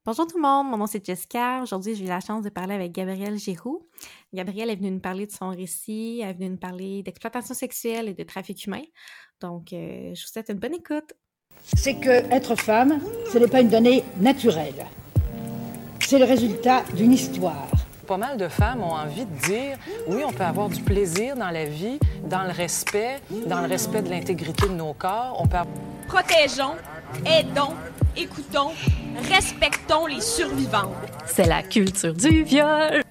Bonjour tout le monde, mon nom c'est Jessica. Aujourd'hui, j'ai eu la chance de parler avec Gabrielle Giroux. Gabrielle est venue nous parler de son récit, elle est venue nous parler d'exploitation sexuelle et de trafic humain. Donc, je vous souhaite une bonne écoute. C'est que être femme, ce n'est pas une donnée naturelle. C'est le résultat d'une histoire. Pas mal de femmes ont envie de dire, oui, on peut avoir du plaisir dans la vie, dans le respect de l'intégrité de nos corps. Protégeons, aidons, écoutons, respectons les survivantes. C'est la culture du viol!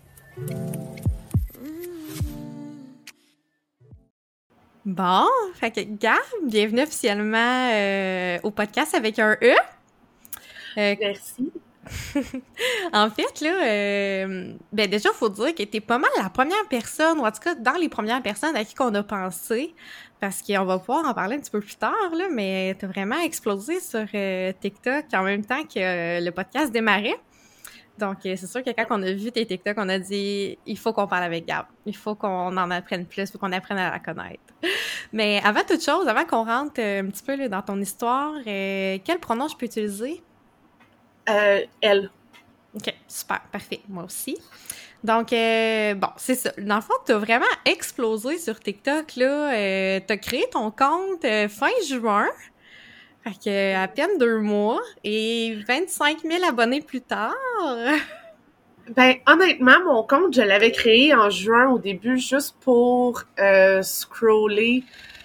Bon, fait que Gab, bienvenue officiellement au podcast avec un E. Merci. En fait, là, déjà, il faut dire que t'es pas mal la première personne, ou en tout cas, dans les premières personnes à qui qu'on a pensé, parce qu'on va pouvoir en parler un petit peu plus tard, là, mais t'as vraiment explosé sur TikTok en même temps que le podcast démarrait. Donc, c'est sûr que quand on a vu tes TikTok, on a dit, il faut qu'on parle avec Gab. Il faut qu'on en apprenne plus, il faut qu'on apprenne à la connaître. Mais avant toute chose, avant qu'on rentre un petit peu là, dans ton histoire, quel pronom je peux utiliser? Elle. OK, super, parfait. Moi aussi. Donc, bon, c'est ça. Dans le fond, t'as vraiment explosé sur TikTok, là. T'as créé ton compte fin juin. Fait que à peine 2 mois et 25 000 abonnés plus tard. Ben, honnêtement, mon compte, je l'avais créé en juin au début juste pour scroller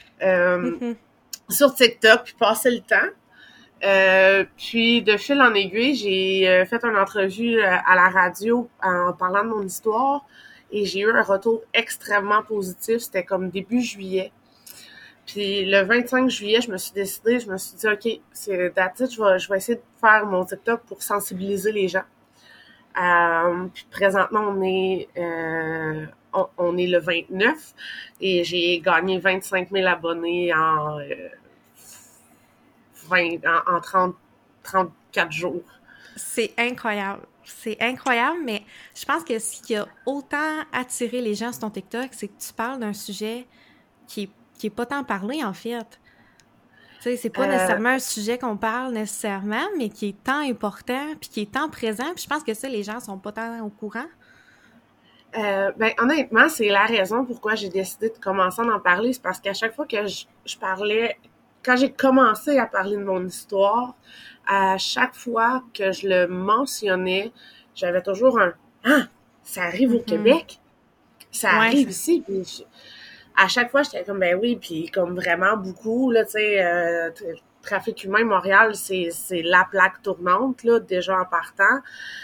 sur TikTok puis passer le temps. Puis de fil en aiguille, j'ai fait une entrevue à la radio en parlant de mon histoire et j'ai eu un retour extrêmement positif. C'était comme début juillet. Puis le 25 juillet, je me suis dit, OK, c'est that's it, je vais essayer de faire mon TikTok pour sensibiliser les gens. Puis présentement, on est le 29 et j'ai gagné 25 000 abonnés en 34 jours. C'est incroyable. C'est incroyable, mais je pense que ce qui a autant attiré les gens sur ton TikTok, c'est que tu parles d'un sujet qui est pas tant parlé, en fait. Tu sais, c'est pas nécessairement un sujet qu'on parle nécessairement, mais qui est tant important, puis qui est tant présent, puis je pense que ça, les gens sont pas tant au courant. Ben, honnêtement, c'est la raison pourquoi j'ai décidé de commencer à en parler. C'est parce qu'à chaque fois que je parlais, quand j'ai commencé à parler de mon histoire, à chaque fois que je le mentionnais, j'avais toujours un « Ah, ça arrive au Québec? Ça arrive ici? » Puis à chaque fois, j'étais comme « Ben oui, puis comme vraiment beaucoup, là, tu sais, trafic humain, Montréal, c'est la plaque tournante, là, déjà en partant.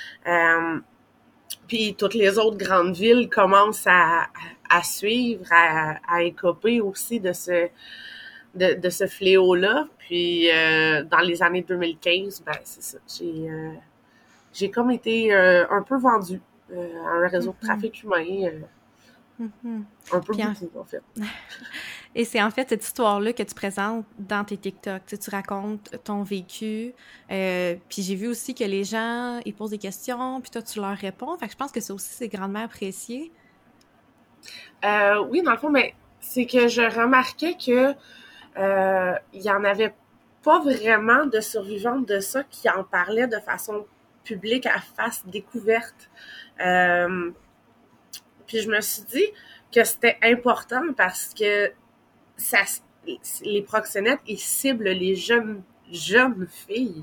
Puis toutes les autres grandes villes commencent à suivre, à écoper aussi de ce fléau-là. Puis dans les années 2015, ben c'est ça. J'ai comme été un peu vendue à un réseau de trafic humain. Un peu beaucoup, en fait. Et c'est en fait cette histoire-là que tu présentes dans tes TikTok. Tu racontes ton vécu. Puis j'ai vu aussi que les gens, ils posent des questions, puis toi, tu leur réponds. Fait que je pense que ça aussi, c'est grandement apprécié. Oui, dans le fond, mais c'est que je remarquais que il y en avait pas vraiment de survivantes de ça qui en parlaient de façon publique à face découverte. Puis je me suis dit que c'était important parce que les proxénètes, ils ciblent les jeunes filles.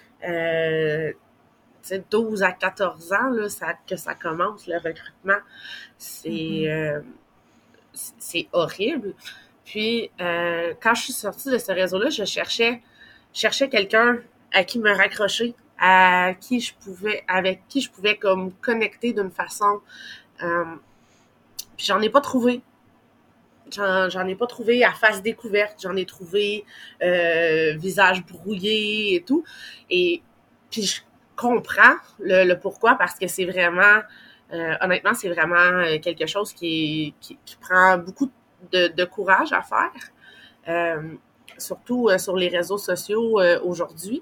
12 à 14 ans, là, que ça commence, le recrutement. C'est horrible. Puis, quand je suis sortie de ce réseau-là, je cherchais quelqu'un à qui me raccrocher, avec qui je pouvais comme connecter d'une façon. Puis j'en ai pas trouvé. J'en ai pas trouvé à face découverte. J'en ai trouvé visage brouillé et tout. Et puis je comprends le pourquoi, parce que c'est vraiment, honnêtement, c'est vraiment quelque chose qui prend beaucoup de courage à faire, surtout sur les réseaux sociaux aujourd'hui.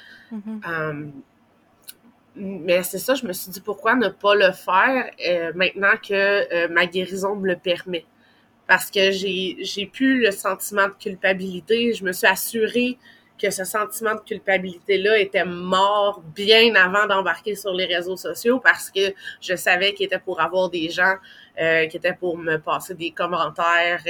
Mais c'est ça, je me suis dit pourquoi ne pas le faire maintenant que ma guérison me le permet. Parce que j'ai plus le sentiment de culpabilité. Je me suis assurée que ce sentiment de culpabilité-là était mort bien avant d'embarquer sur les réseaux sociaux parce que je savais qu'il était pour avoir des gens qui étaient pour me passer des commentaires,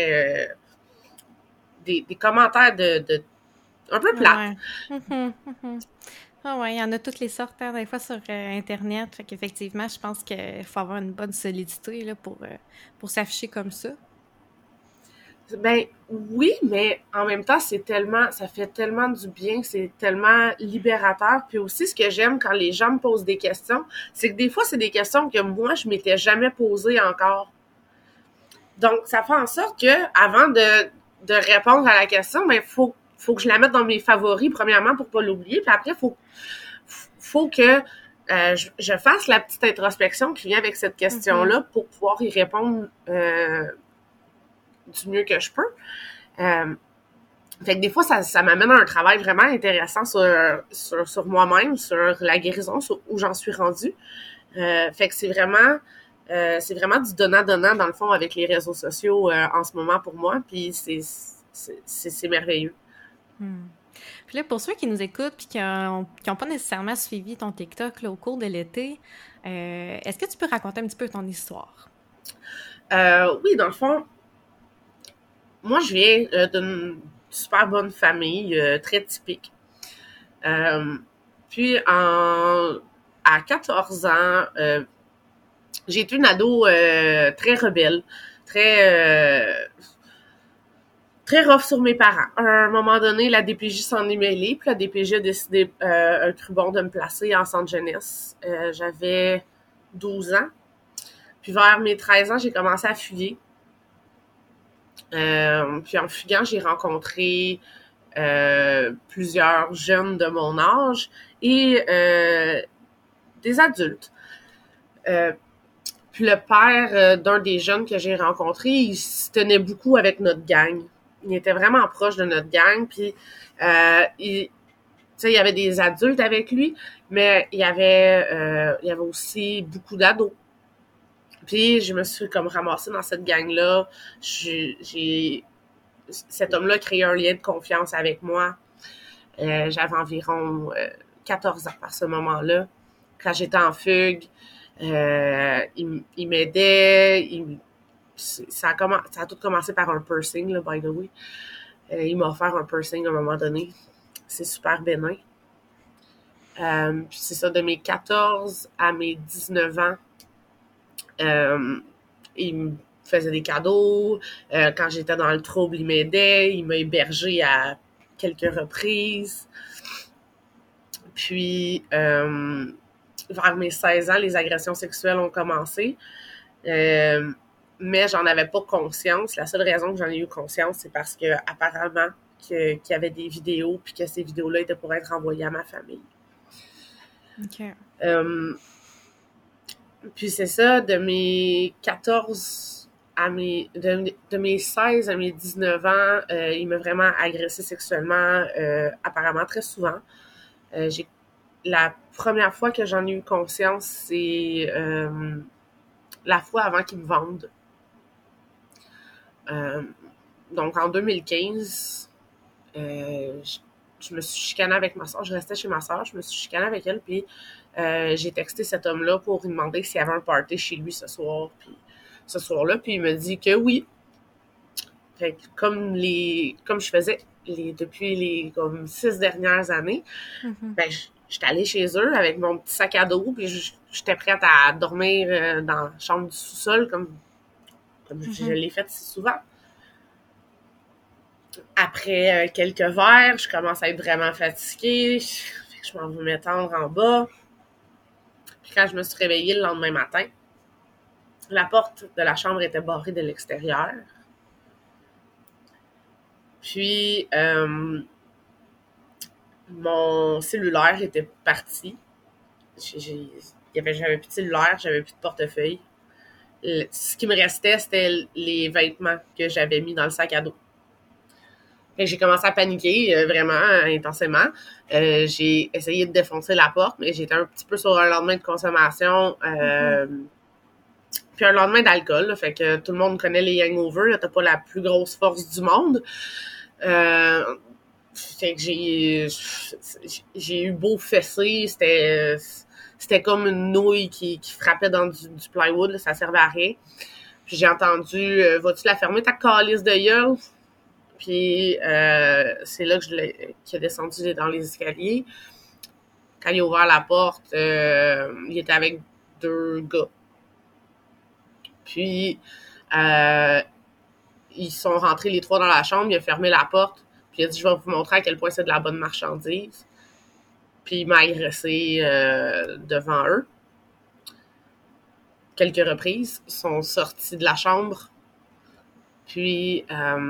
des commentaires de un peu plates. Ouais. Ah ouais, il y en a toutes les sortes, hein, des fois sur Internet. Fait qu'effectivement, je pense qu'il faut avoir une bonne solidité là, pour s'afficher comme ça. Ben oui, mais en même temps, ça fait tellement du bien, c'est tellement libérateur. Puis aussi, ce que j'aime quand les gens me posent des questions, c'est que des fois, c'est des questions que moi, je m'étais jamais posées encore. Donc, ça fait en sorte que avant de répondre à la question, ben faut que je la mette dans mes favoris, premièrement, pour pas l'oublier. Puis après, faut que je fasse la petite introspection qui vient avec cette question-là pour pouvoir y répondre du mieux que je peux. Fait que des fois, ça m'amène à un travail vraiment intéressant sur moi-même, sur la guérison, sur où j'en suis rendue. Fait que c'est vraiment du donnant-donnant, dans le fond, avec les réseaux sociaux en ce moment pour moi. Puis c'est merveilleux. Puis là, pour ceux qui nous écoutent et qui n'ont pas nécessairement suivi ton TikTok là, au cours de l'été, est-ce que tu peux raconter un petit peu ton histoire? Oui, dans le fond, moi, je viens d'une super bonne famille, très typique. Puis, à 14 ans, j'ai été une ado très rebelle, très rough sur mes parents. À un moment donné, la DPJ s'en est mêlée, puis la DPJ a décidé un cru bon de me placer en centre jeunesse. J'avais 12 ans. Puis vers mes 13 ans, j'ai commencé à fuguer. Puis en fuguant, j'ai rencontré plusieurs jeunes de mon âge et des adultes. Puis le père d'un des jeunes que j'ai rencontré, il se tenait beaucoup avec notre gang. Il était vraiment proche de notre gang. Puis il y avait des adultes avec lui, mais il y avait aussi beaucoup d'ados. Puis je me suis comme ramassée dans cette gang-là. Cet homme-là a créé un lien de confiance avec moi. J'avais environ 14 ans par ce moment-là. Quand j'étais en fugue, il m'aidait. Ça a tout commencé par un piercing, là, by the way. Il m'a offert un piercing à un moment donné. C'est super bénin. Puis c'est ça, de mes 14 à mes 19 ans, il me faisait des cadeaux. Quand j'étais dans le trouble, il m'aidait. Il m'a hébergé à quelques reprises. Puis, vers mes 16 ans, les agressions sexuelles ont commencé. Mais j'en avais pas conscience. La seule raison que j'en ai eu conscience, c'est parce que apparemment qu'il y avait des vidéos puis que ces vidéos-là étaient pour être envoyées à ma famille. OK. Puis c'est ça, de mes 14 à de mes 16 à mes 19 ans, il m'a vraiment agressé sexuellement, apparemment très souvent. La première fois que j'en ai eu conscience, c'est la fois avant qu'il me vende. Donc en 2015, je me suis chicanée avec ma soeur. Je restais chez ma soeur, je me suis chicanée avec elle, puis j'ai texté cet homme-là pour lui demander s'il y avait un party chez lui ce soir-là, puis il me dit que oui. Fait que comme je faisais depuis les comme 6 dernières années, ben j'étais allée chez eux avec mon petit sac à dos, puis j'étais prête à dormir dans la chambre du sous-sol comme je l'ai fait si souvent. Après quelques verres, je commence à être vraiment fatiguée. Je m'en vais m'étendre en bas. Puis quand je me suis réveillée le lendemain matin, la porte de la chambre était barrée de l'extérieur. Puis mon cellulaire était parti. J'avais plus de cellulaire, j'avais plus de portefeuille. Ce qui me restait, c'était les vêtements que j'avais mis dans le sac à dos. Et j'ai commencé à paniquer vraiment intensément. J'ai essayé de défoncer la porte, mais j'étais un petit peu sur un lendemain de consommation, puis un lendemain d'alcool. Là, fait que tout le monde connaît les hangovers. Là, t'as pas la plus grosse force du monde. Fait que j'ai eu beau fesser, c'était comme une nouille qui frappait dans du plywood, là, ça servait à rien. Puis j'ai entendu « Vas-tu la fermer, ta calice de gueule? » Puis c'est là qu'il est descendu dans les escaliers. Quand il a ouvert la porte, il était avec 2 gars. Puis ils sont rentrés les 3 dans la chambre, il a fermé la porte, puis il a dit « Je vais vous montrer à quel point c'est de la bonne marchandise. » Puis il m'a agressé devant eux. Quelques reprises, ils sont sortis de la chambre. Puis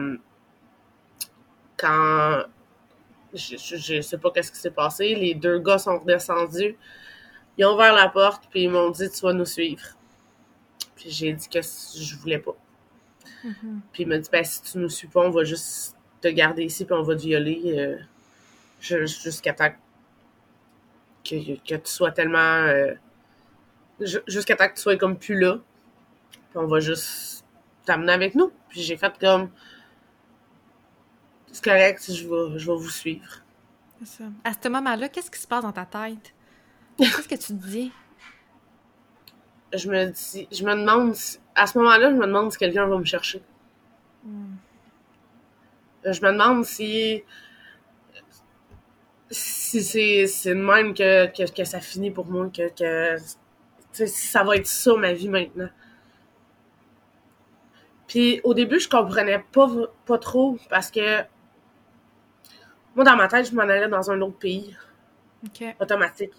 quand je sais pas qu'est-ce qui s'est passé, les 2 gars sont redescendus, ils ont ouvert la porte, puis ils m'ont dit « Tu vas nous suivre. » Puis j'ai dit que je voulais pas. Mm-hmm. Puis il m'a dit « Ben, si tu nous suis pas, on va juste te garder ici, puis on va te violer jusqu'à temps que tu sois tellement... jusqu'à temps que tu sois comme plus là. Puis on va juste t'amener avec nous. » Puis j'ai fait comme... C'est correct, je vais vous suivre. C'est ça. À ce moment-là, qu'est-ce qui se passe dans ta tête? Qu'est-ce que tu te dis? Je me demande... À ce moment-là, je me demande si quelqu'un va me chercher. Je me demande si c'est de même que ça finit pour moi, que si ça va être ça ma vie maintenant. Puis au début, je comprenais pas trop parce que moi, dans ma tête, je m'en allais dans un autre pays. Okay. Automatique.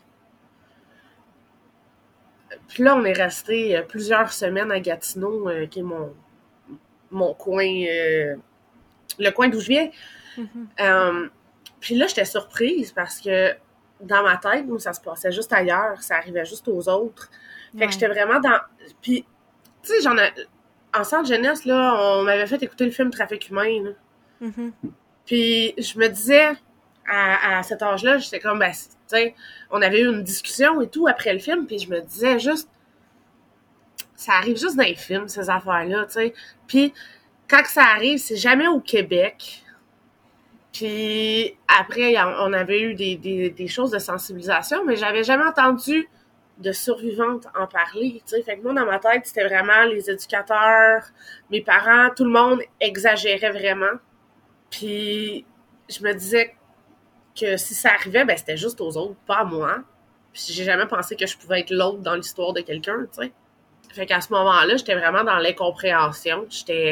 Puis là, on est resté plusieurs semaines à Gatineau, qui est mon coin, le coin d'où je viens. Mm-hmm. Puis là, j'étais surprise parce que dans ma tête, moi, ça se passait juste ailleurs, ça arrivait juste aux autres. Fait que j'étais vraiment dans... Puis, tu sais, en centre jeunesse, là, on m'avait fait écouter le film Trafic humain, là. Mm-hmm. Puis je me disais, à cet âge-là, j'étais comme, ben, tu sais, on avait eu une discussion et tout après le film, puis je me disais juste, ça arrive juste dans les films, ces affaires-là, tu sais. Puis quand ça arrive, c'est jamais au Québec. Puis après, on avait eu des choses de sensibilisation, mais j'avais jamais entendu de survivantes en parler, tu sais. Fait que moi, dans ma tête, c'était vraiment les éducateurs, mes parents, tout le monde exagérait vraiment. Puis je me disais que si ça arrivait, ben c'était juste aux autres, pas à moi. Puis j'ai jamais pensé que je pouvais être l'autre dans l'histoire de quelqu'un, tu sais. Fait qu'à ce moment-là, j'étais vraiment dans l'incompréhension.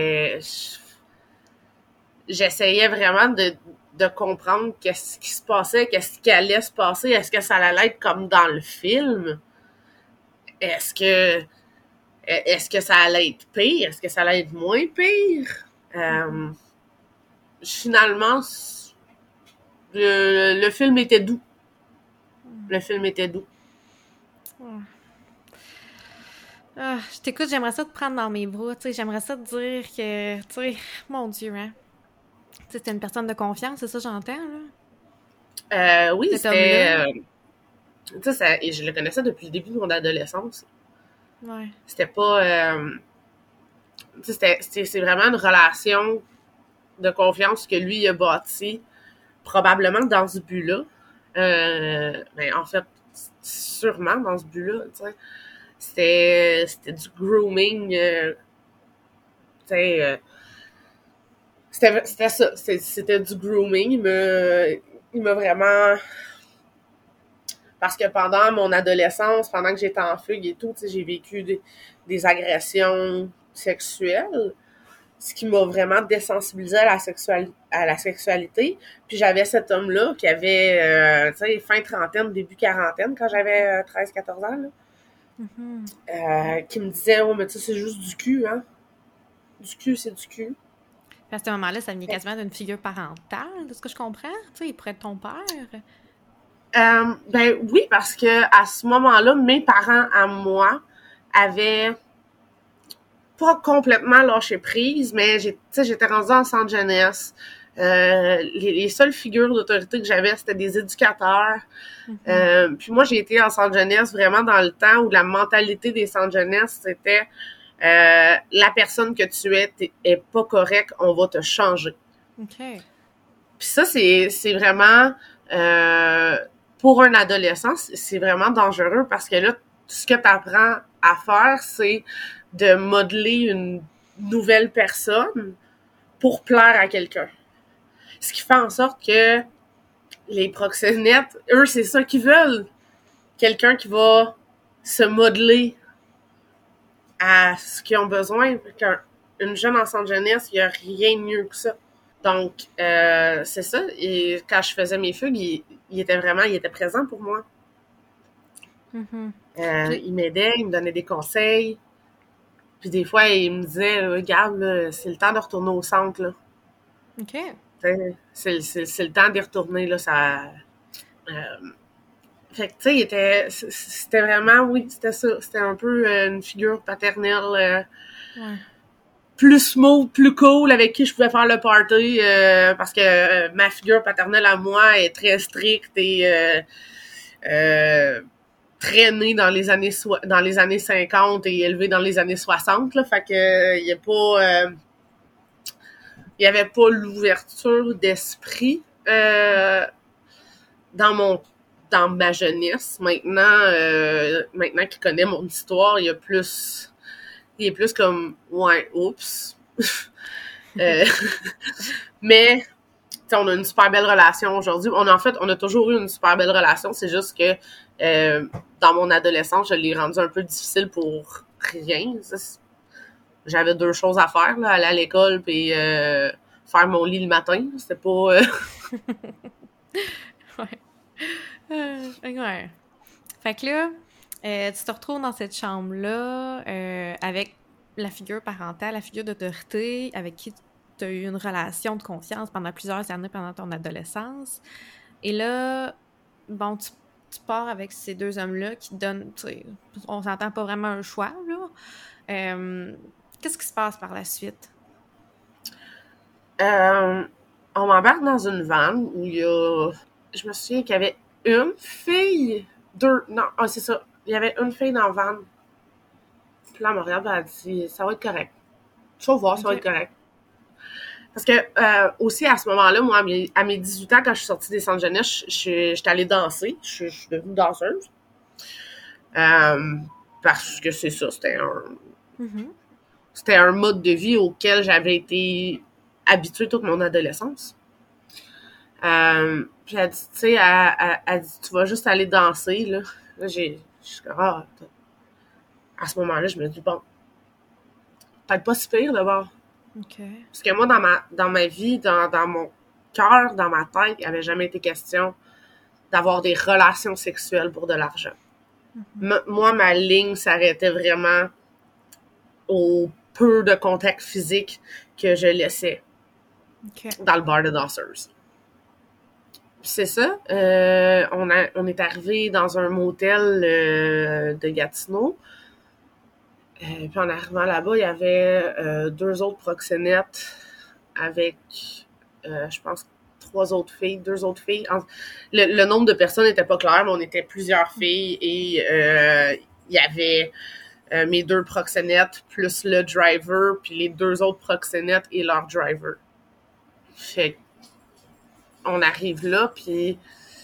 J'essayais vraiment de comprendre qu'est-ce qui se passait, qu'est-ce qui allait se passer. Est-ce que ça allait être comme dans le film? Est-ce que ça allait être pire? Est-ce que ça allait être moins pire? Finalement, le film était doux. Le film était doux. Ah, je t'écoute, j'aimerais ça te prendre dans mes bras, tu sais, j'aimerais ça te dire que, tu sais, mon Dieu, hein. Tu sais, c'était une personne de confiance, c'est ça j'entends, là? Oui, c'était... tu sais, et je le connaissais depuis le début de mon adolescence. Ouais. C'était pas... tu sais, c'est vraiment une relation de confiance que lui a bâtie, probablement dans ce but-là. Ben, en fait, sûrement dans ce but-là, tu sais. C'était du grooming, tu sais, c'était ça, c'était du grooming. Il m'a vraiment... Parce que pendant mon adolescence, pendant que j'étais en fugue et tout, tu sais, j'ai vécu des agressions sexuelles, ce qui m'a vraiment désensibilisée à la sexualité. Puis j'avais cet homme-là qui avait, tu sais, fin trentaine, début quarantaine, quand j'avais 13-14 ans, là. Mm-hmm. Qui me disait « Oh, mais tu sais, c'est juste du cul, hein? Du cul, c'est du cul. » Puis à ce moment-là, ça venait quasiment d'une figure parentale, de ce que je comprends. Tu sais, il pourrait être ton père. Ben oui, parce que à ce moment-là, mes parents à moi avaient pas complètement lâché prise, mais j'étais rendue en centre jeunesse. Les seules figures d'autorité que j'avais, c'était des éducateurs. Mm-hmm. Puis moi, j'ai été en centre jeunesse vraiment dans le temps où la mentalité des centres jeunesse, c'était la personne que tu es pas correcte, on va te changer. OK. Puis ça, c'est vraiment... pour un adolescent, c'est vraiment dangereux parce que là, tout ce que tu apprends à faire, c'est de modeler une nouvelle personne pour plaire à quelqu'un. Ce qui fait en sorte que les proxénètes, eux, c'est ça qu'ils veulent. Quelqu'un qui va se modeler à ce qu'ils ont besoin. Une jeune enfant de jeunesse, il n'y a rien de mieux que ça. Donc, c'est ça. Et quand je faisais mes fugues, il était présent pour moi. Il m'aidait, il me donnait des conseils. Puis des fois, il me disait, regarde, là, c'est le temps de retourner au centre, là. OK. C'est le temps d'y retourner, là, ça... Fait que, tu sais, c'était vraiment, oui, c'était ça. C'était un peu une figure paternelle plus smooth, plus cool, avec qui je pouvais faire le party, parce que ma figure paternelle à moi est très stricte et traînée dans les années 50 et élevée dans les années 60, là. Fait que il y avait pas l'ouverture d'esprit dans ma jeunesse. Maintenant qu'il connaît mon histoire, il est plus comme ouais, oups. Mais on a une super belle relation aujourd'hui. On a toujours eu une super belle relation. C'est juste que dans mon adolescence, je l'ai rendu un peu difficile pour rien. J'avais 2 choses à faire, là, aller à l'école puis faire mon lit le matin. C'était pas... Ouais. Fait que là, tu te retrouves dans cette chambre-là avec la figure parentale, la figure d'autorité avec qui tu as eu une relation de confiance pendant plusieurs années pendant ton adolescence. Et là, bon, tu pars avec ces 2 hommes-là qui te donnent, tu sais, on s'entend pas vraiment un choix, là. Qu'est-ce qui se passe par la suite? On m'embarque dans une van où il y a... Je me souviens qu'il y avait une fille, 2... Non, c'est ça. Il y avait une fille dans la van. Puis là, elle me regarde, elle dit « Ça va être correct. Tu vas voir, ça va être correct. » Parce que aussi, à ce moment-là, moi, à mes 18 ans, quand je suis sortie des centres jeunesse, j'étais allée danser. Je suis devenue danseuse. Parce que c'est ça, c'était un mode de vie auquel j'avais été habituée toute mon adolescence. Puis elle dit, tu sais, elle dit, tu vas juste aller danser, là. Là, je suis comme, à ce moment-là, je me dis, bon, peut-être pas si pire d'abord. Okay. Parce que moi, dans ma vie, dans mon cœur, dans ma tête, il n'y avait jamais été question d'avoir des relations sexuelles pour de l'argent. Moi, ma ligne s'arrêtait vraiment au peu de contact physique que je laissais dans le bar de danseuses. C'est ça. On est arrivé dans un motel de Gatineau. Puis en arrivant là-bas, il y avait 2 autres proxénètes avec, je pense, 3 autres filles, 2 autres filles. Le nombre de personnes n'était pas clair, mais on était plusieurs filles et il y avait mes 2 proxénètes plus le driver, puis les 2 autres proxénètes et leur driver. Fait on arrive là, puis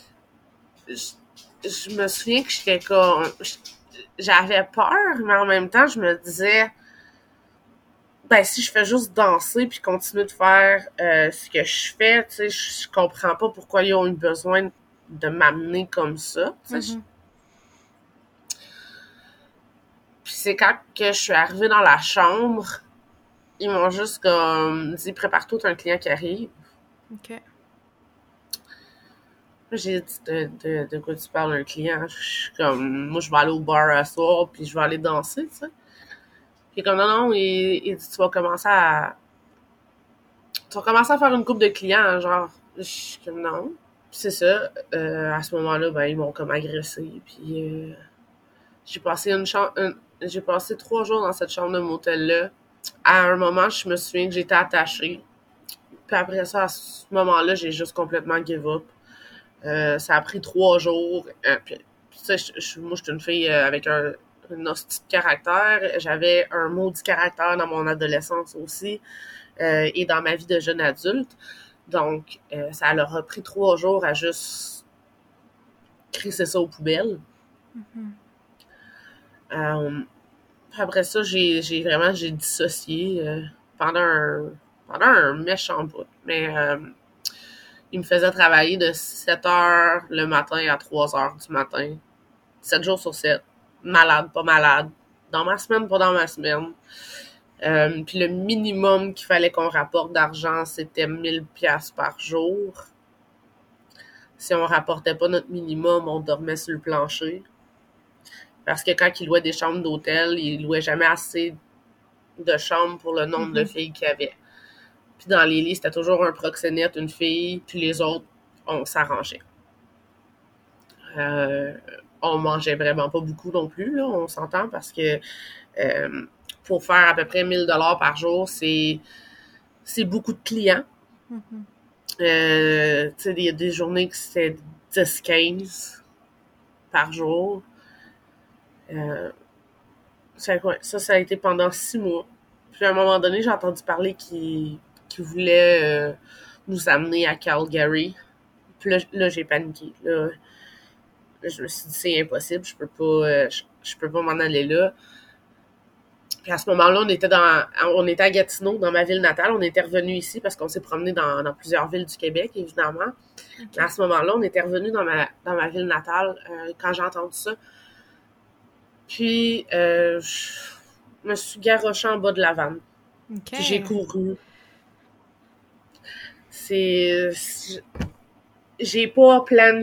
je me souviens que j'étais comme... J'avais peur, mais en même temps, je me disais, ben si je fais juste danser puis continuer de faire ce que je fais, tu sais, je comprends pas pourquoi ils ont eu besoin de m'amener comme ça, tu sais. Puis c'est quand que je suis arrivée dans la chambre, ils m'ont juste comme dit, prépare-toi, t'as un client qui arrive. OK. J'ai dit, de quoi tu parles, un client? Je suis comme, moi, je vais aller au bar à soir, puis je vais aller danser, tu sais. Puis comme, non, il dit, tu vas commencer à faire une couple de clients, genre. Je suis comme, non. Puis c'est ça. À ce moment-là, ben, ils m'ont comme agressé, puis j'ai passé 3 jours dans cette chambre de motel-là. À un moment, je me souviens que j'étais attachée. Puis après ça, à ce moment-là, j'ai juste complètement give up. Ça a pris 3 jours. Puis, moi, je suis une fille avec un hostie de caractère. J'avais un maudit caractère dans mon adolescence aussi et dans ma vie de jeune adulte. Donc, ça leur a pris 3 jours à juste crisser ça aux poubelles. Après ça, j'ai dissocié pendant un méchant bout. Mais il me faisait travailler de 7 heures le matin à 3 heures du matin. 7 jours sur 7. Malade, pas malade. Dans ma semaine, pas dans ma semaine. Puis le minimum qu'il fallait qu'on rapporte d'argent, c'était 1000$ par jour. Si on rapportait pas notre minimum, on dormait sur le plancher. Parce que quand ils louaient des chambres d'hôtel, ils louaient jamais assez de chambres pour le nombre de filles qu'il y avait. Puis dans les lits, c'était toujours un proxénète, une fille, puis les autres, on s'arrangeait. On mangeait vraiment pas beaucoup non plus, là, on s'entend, parce que pour faire à peu près 1000$ par jour, c'est beaucoup de clients. Tu sais, il y a des journées que c'était 10-15 par jour. Ça a été pendant 6 mois. Puis à un moment donné, j'ai entendu parler qu'ils voulaient nous amener à Calgary. Puis là j'ai paniqué. Là, je me suis dit, c'est impossible, je peux pas m'en aller là. Puis à ce moment-là, on était à Gatineau, dans ma ville natale. On était revenu ici parce qu'on s'est promené dans plusieurs villes du Québec, évidemment. Okay. Mais à ce moment-là, on était revenu dans ma ville natale quand j'ai entendu ça. Puis, je me suis garochée en bas de la vanne. Okay. Puis j'ai couru. J'ai pas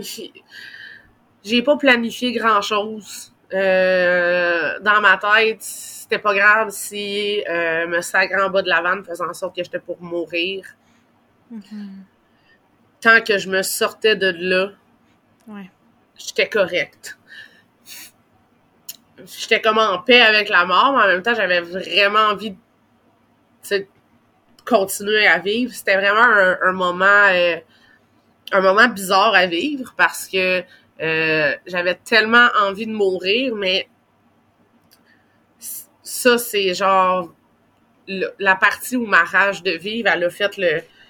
planifié grand-chose. Dans ma tête, c'était pas grave si me sacrer en bas de la vanne faisait en sorte que j'étais pour mourir. Tant que je me sortais de là, j'étais correcte. J'étais comme en paix avec la mort, mais en même temps, j'avais vraiment envie de continuer à vivre. C'était vraiment un moment bizarre à vivre parce que j'avais tellement envie de mourir, mais ça, c'est genre la partie où ma rage de vivre, elle a fait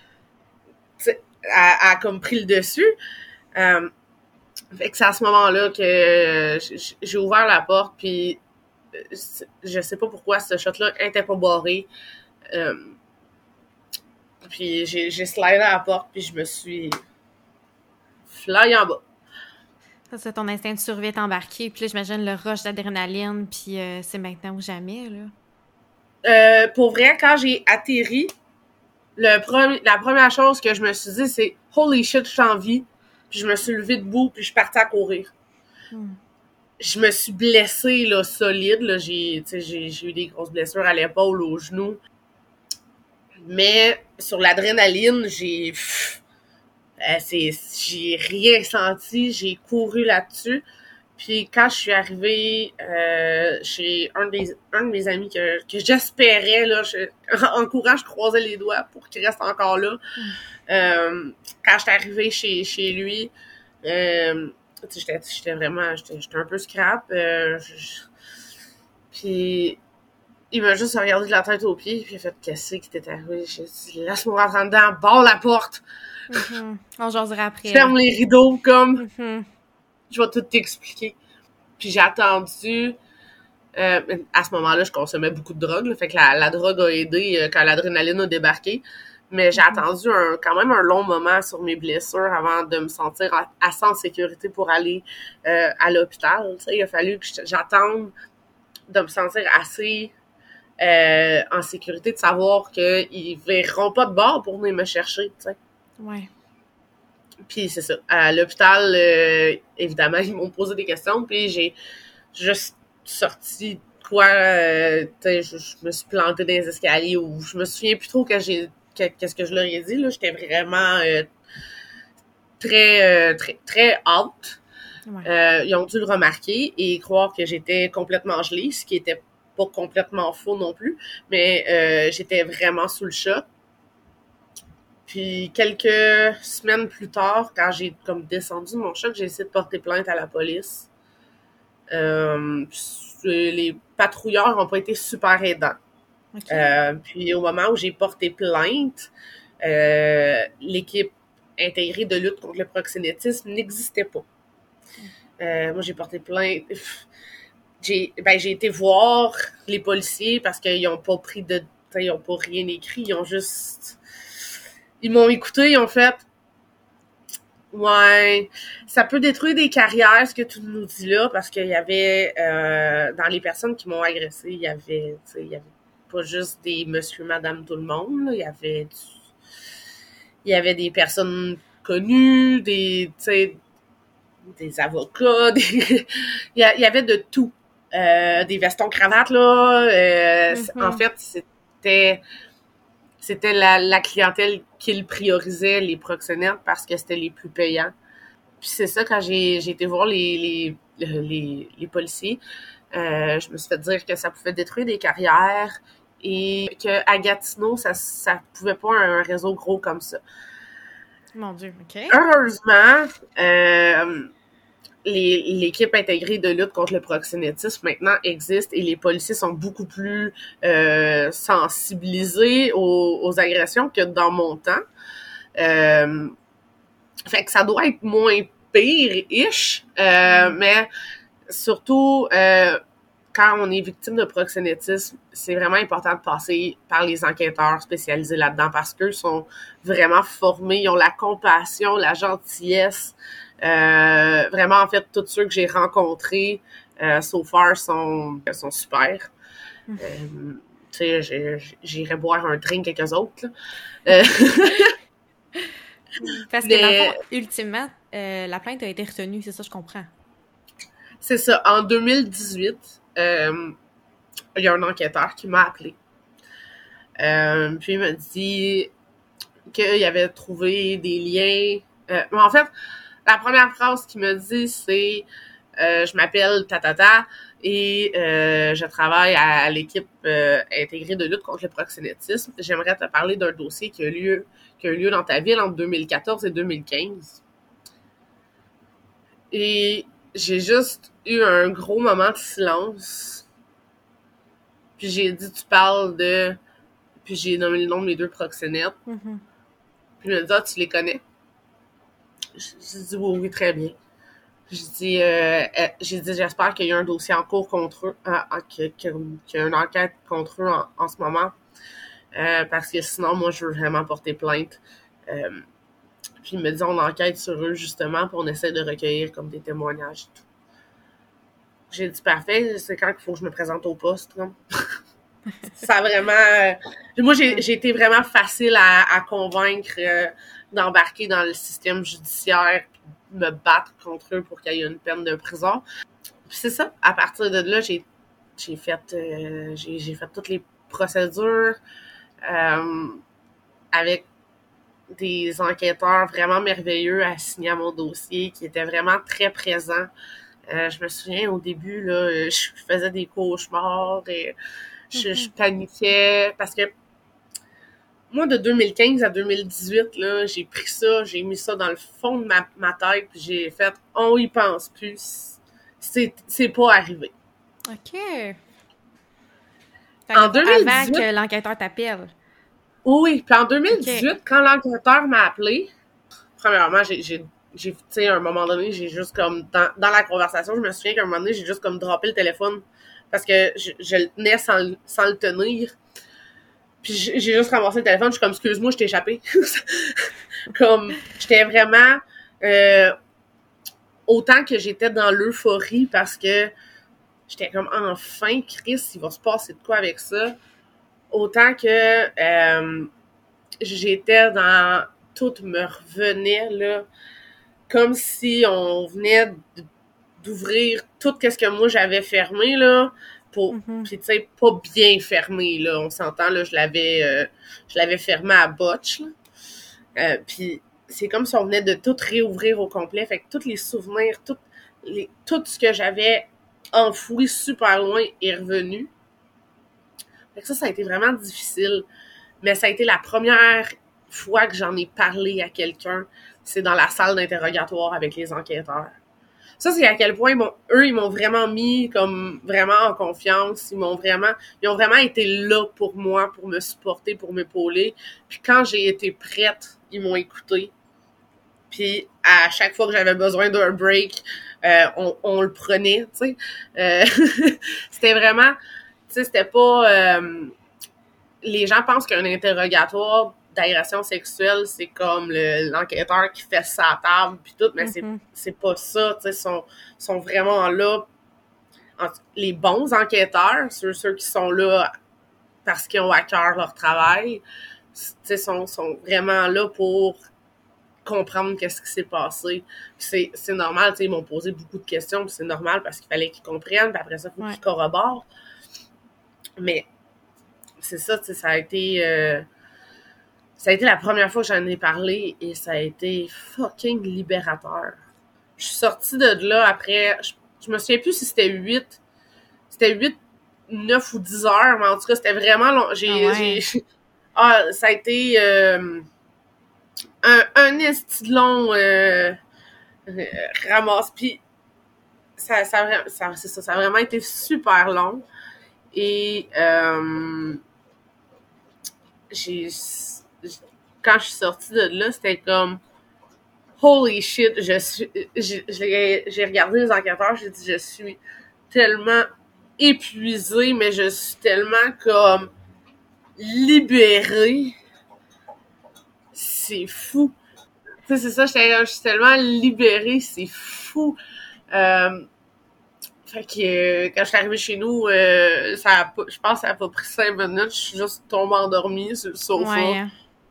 a comme pris le dessus. Fait que c'est à ce moment-là que j'ai ouvert la porte, puis je sais pas pourquoi ce shot-là était pas barré. Puis j'ai slidé à la porte, puis je me suis flyé en bas. Ça, c'est ton instinct de survie est embarqué. Puis là, j'imagine le rush d'adrénaline, puis c'est maintenant ou jamais, là. Pour vrai, quand j'ai atterri, la première chose que je me suis dit, c'est « Holy shit, je suis en vie ». Puis je me suis levée debout, puis je suis partie à courir. Je me suis blessée, là, solide. Là. J'ai eu des grosses blessures à l'épaule, au genou. Mais sur l'adrénaline, j'ai rien senti. J'ai couru là-dessus. Puis quand je suis arrivée chez un de mes amis que j'espérais, là, en courant, je croisais les doigts pour qu'il reste encore là. Quand j'étais arrivée chez lui, j'étais un peu scrap. Puis il m'a juste regardé de la tête aux pieds, puis il a fait « Qu'est-ce qui t'est arrivé? » J'ai dit « Laisse-moi rentrer dedans, barre la porte! » On jasera après. Ferme les rideaux, comme... Je vais tout t'expliquer. Puis j'ai attendu... à ce moment-là, je consommais beaucoup de drogue, là, fait que la drogue a aidé quand l'adrénaline a débarqué. Mais j'ai attendu quand même un long moment sur mes blessures avant de me sentir assez en sécurité pour aller à l'hôpital. Tu sais, il a fallu que j'attende de me sentir assez en sécurité, de savoir qu'ils verront pas de bord pour venir me chercher, tu sais. Ouais. Puis c'est ça. À l'hôpital, évidemment, ils m'ont posé des questions, puis j'ai juste sorti je me suis plantée dans les escaliers, ou je me souviens plus trop qu'est-ce que je leur ai dit, là. J'étais vraiment très, très haute. Ouais. Ils ont dû le remarquer et croire que j'étais complètement gelée, ce qui était pas complètement faux non plus, mais j'étais vraiment sous le choc. Puis quelques semaines plus tard, quand j'ai comme descendu de mon choc, j'ai essayé de porter plainte à la police. Les patrouilleurs n'ont pas été super aidants. Okay. Puis au moment où j'ai porté plainte, l'équipe intégrée de lutte contre le proxénétisme n'existait pas. Moi, j'ai porté plainte. J'ai été voir les policiers parce qu'ils n'ont pas pris de... Ils n'ont pas rien écrit, ils ont juste... Ils m'ont écouté, ils ont fait... Ouais, ça peut détruire des carrières, ce que tu nous dis là, parce qu'il y avait, dans les personnes qui m'ont agressé, il y avait pas juste des monsieur, madame, tout le monde, là. Il y avait des personnes connues, des avocats, il y avait de tout. Des vestons cravates, là, en fait, c'était la clientèle qu'ils priorisaient, les proxénètes, parce que c'était les plus payants. Puis c'est ça, quand j'ai été voir les policiers, je me suis fait dire que ça pouvait détruire des carrières et qu'à Gatineau, ça pouvait pas un réseau gros comme ça. Mon Dieu, OK. Heureusement, l'équipe intégrée de lutte contre le proxénétisme maintenant existe et les policiers sont beaucoup plus sensibilisés aux agressions que dans mon temps. Fait que ça doit être moins pire-ish, mais surtout quand on est victime de proxénétisme, c'est vraiment important de passer par les enquêteurs spécialisés là-dedans parce qu'eux sont vraiment formés, ils ont la compassion, la gentillesse. Vraiment, en fait, tous ceux que j'ai rencontrés so far sont super. Tu sais, j'irais boire un drink avec eux autres, là. Parce que, dans le fond, ultimement, la plainte a été retenue, c'est ça, je comprends. C'est ça. En 2018, il y a un enquêteur qui m'a appelé. Puis il m'a dit qu'il avait trouvé des liens. En fait, la première phrase qu'il m'a dit, c'est je m'appelle Tatata et je travaille à l'équipe intégrée de lutte contre le proxénétisme. J'aimerais te parler d'un dossier qui a eu lieu dans ta ville entre 2014 et 2015. Et j'ai juste eu un gros moment de silence. Puis j'ai dit, tu parles de... Puis j'ai nommé le nom de mes 2 proxénètes. Mm-hmm. Puis il m'a dit, ah, tu les connais? J'ai dit, oui, très bien. J'ai dit, j'espère qu'il y a un dossier en cours contre eux, qu'il y a une enquête contre eux en ce moment. Parce que sinon, moi, je veux vraiment porter plainte. Puis il me dit, on enquête sur eux, justement, puis on essaie de recueillir comme des témoignages et tout. J'ai dit, parfait, c'est quand qu'il faut que je me présente au poste, là. Ça a vraiment... moi, j'ai été vraiment facile à convaincre d'embarquer dans le système judiciaire puis de me battre contre eux pour qu'il y ait une peine de prison. Puis c'est ça. À partir de là, j'ai fait toutes les procédures avec des enquêteurs vraiment merveilleux assignés à mon dossier qui étaient vraiment très présents. Je me souviens, au début, là, je faisais des cauchemars et je paniquais parce que moi, de 2015 à 2018, là, j'ai pris ça, j'ai mis ça dans le fond de ma tête puis j'ai fait « on y pense plus ». C'est pas arrivé. OK. En 2018... Avant que l'enquêteur t'appelle. Oui, puis en 2018, quand l'enquêteur m'a appelé, premièrement, tu sais, à un moment donné, j'ai juste comme, dans la conversation, je me souviens qu'à un moment donné, j'ai juste comme droppé le téléphone parce que je le tenais sans le tenir. Puis j'ai juste ramassé le téléphone, je suis comme, excuse-moi, je t'ai échappé. Comme, j'étais vraiment, autant que j'étais dans l'euphorie parce que j'étais comme, enfin, Chris, il va se passer de quoi avec ça? Autant que j'étais dans... Tout me revenait, là, comme si on venait d'ouvrir tout ce que moi j'avais fermé, là, pour... Puis, tu sais, pas bien fermé, là, on s'entend, là, je l'avais fermé à botch, là. Puis c'est comme si on venait de tout réouvrir au complet, fait que tous les souvenirs, tout ce que j'avais enfoui super loin est revenu. Fait que ça a été vraiment difficile. Mais ça a été la première fois que j'en ai parlé à quelqu'un. C'est dans la salle d'interrogatoire avec les enquêteurs. ça, c'est à quel point ils m'ont vraiment mis comme vraiment en confiance. Ils ont vraiment été là pour moi, pour me supporter, pour m'épauler. Puis quand j'ai été prête, ils m'ont écoutée. Puis à chaque fois que j'avais besoin d'un break, on le prenait, tu sais. C'était vraiment, tu sais, c'était pas... les gens pensent qu'un interrogatoire d'agression sexuelle, c'est comme l'enquêteur qui fait sa table puis tout, mais c'est pas ça, tu sais, sont vraiment là. Les bons enquêteurs, ceux qui sont là parce qu'ils ont à cœur leur travail, tu sais, sont vraiment là pour comprendre qu'est-ce qui s'est passé. Puis c'est normal, tu sais, ils m'ont posé beaucoup de questions, puis c'est normal parce qu'il fallait qu'ils comprennent, puis après ça, il faut qu'ils corroborent. Mais c'est ça, tu sais, ça a été la première fois que j'en ai parlé et ça a été fucking libérateur. Je suis sortie de là après, je me souviens plus si c'était 8, 9 ou 10 heures, mais en tout cas, c'était vraiment long. Ça a été un esti de long ramasse. Puis ça a vraiment été super long. Et quand je suis sortie de là, c'était comme holy shit, j'ai regardé les enquêteurs, j'ai dit je suis tellement épuisée, mais je suis tellement comme libérée. C'est fou. Tu sais, c'est ça, je suis tellement libérée, c'est fou. Fait que quand je suis arrivée chez nous, je pense que ça a pas pris 5 minutes, je suis juste tombée endormie sur le sofa. Ouais.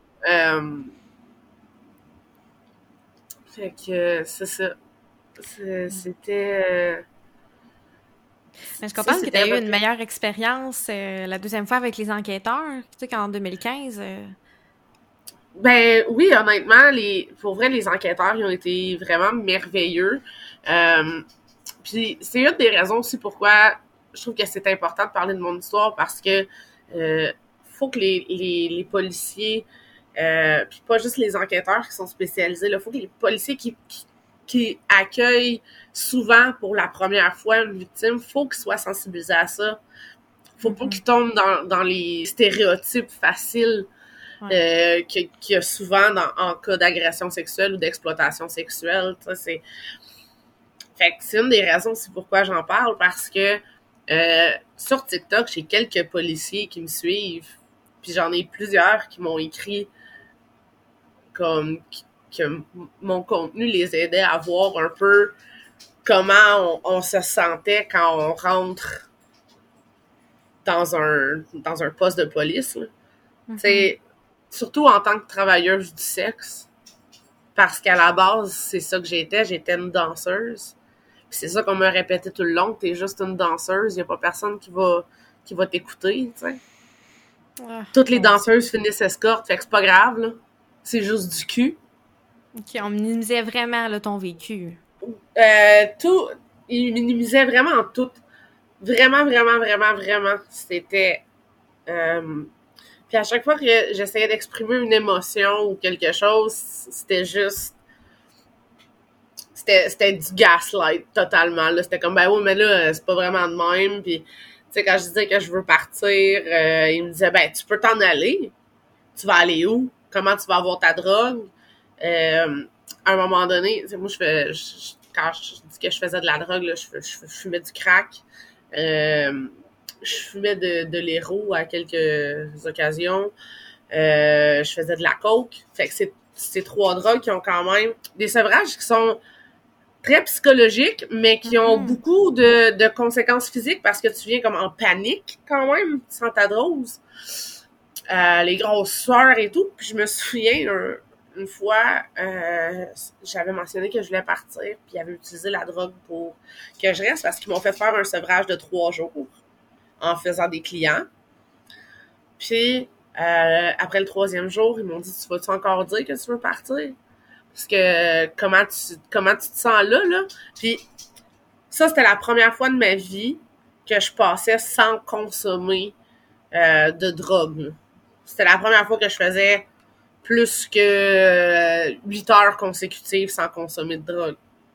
Fait que c'est ça. C'était... Mais je comprends que tu as eu une meilleure expérience la deuxième fois avec les enquêteurs, tu sais, qu'en 2015. Ben oui, honnêtement, pour vrai, les enquêteurs, ils ont été vraiment merveilleux. Puis c'est une des raisons aussi pourquoi je trouve que c'est important de parler de mon histoire, parce que faut que les policiers, puis pas juste les enquêteurs qui sont spécialisés, là, faut que les policiers qui accueillent souvent pour la première fois une victime, faut qu'ils soient sensibilisés à ça. Faut pas qu'ils tombent dans les stéréotypes faciles qu'il y a souvent en cas d'agression sexuelle ou d'exploitation sexuelle. Fait que c'est une des raisons, c'est pourquoi j'en parle, parce que sur TikTok, j'ai quelques policiers qui me suivent, puis j'en ai plusieurs qui m'ont écrit comme que mon contenu les aidait à voir un peu comment on se sentait quand on rentre dans un poste de police. C'est surtout en tant que travailleuse du sexe, parce qu'à la base, c'est ça que j'étais une danseuse. Puis c'est ça qu'on m'a répété tout le long, t'es juste une danseuse, y a pas personne qui va t'écouter, tu sais. Toutes les danseuses finissent escorte, fait que c'est pas grave, là. C'est juste du cul. OK, on minimisait vraiment là, ton vécu. Ils minimisaient vraiment tout. Vraiment, vraiment, vraiment, vraiment. C'était... Puis à chaque fois que j'essayais d'exprimer une émotion ou quelque chose, c'était juste... C'était du gaslight, totalement. Là. C'était comme, ben oui, mais là, c'est pas vraiment de même. Puis, tu sais, quand je disais que je veux partir, ils me disaient, ben, tu peux t'en aller. Tu vas aller où? Comment tu vas avoir ta drogue? À un moment donné, moi, quand je dis que je faisais de la drogue, là, je fumais du crack. Je fumais de l'héro à quelques occasions. Je faisais de la coke. Fait que c'est ces 3 drogues qui ont quand même des sevrages qui sont très psychologiques, mais qui ont beaucoup de conséquences physiques parce que tu viens comme en panique quand même sans ta dose. Les grosses sueurs et tout. Puis je me souviens, une fois, j'avais mentionné que je voulais partir, puis ils avaient utilisé la drogue pour que je reste parce qu'ils m'ont fait faire un sevrage de 3 jours en faisant des clients. Puis, après le 3e jour, ils m'ont dit, tu vas-tu encore dire que tu veux partir? Parce que comment tu te sens là? Puis ça, c'était la première fois de ma vie que je passais sans consommer de drogue. C'était la première fois que je faisais plus que 8 heures consécutives sans consommer de drogue.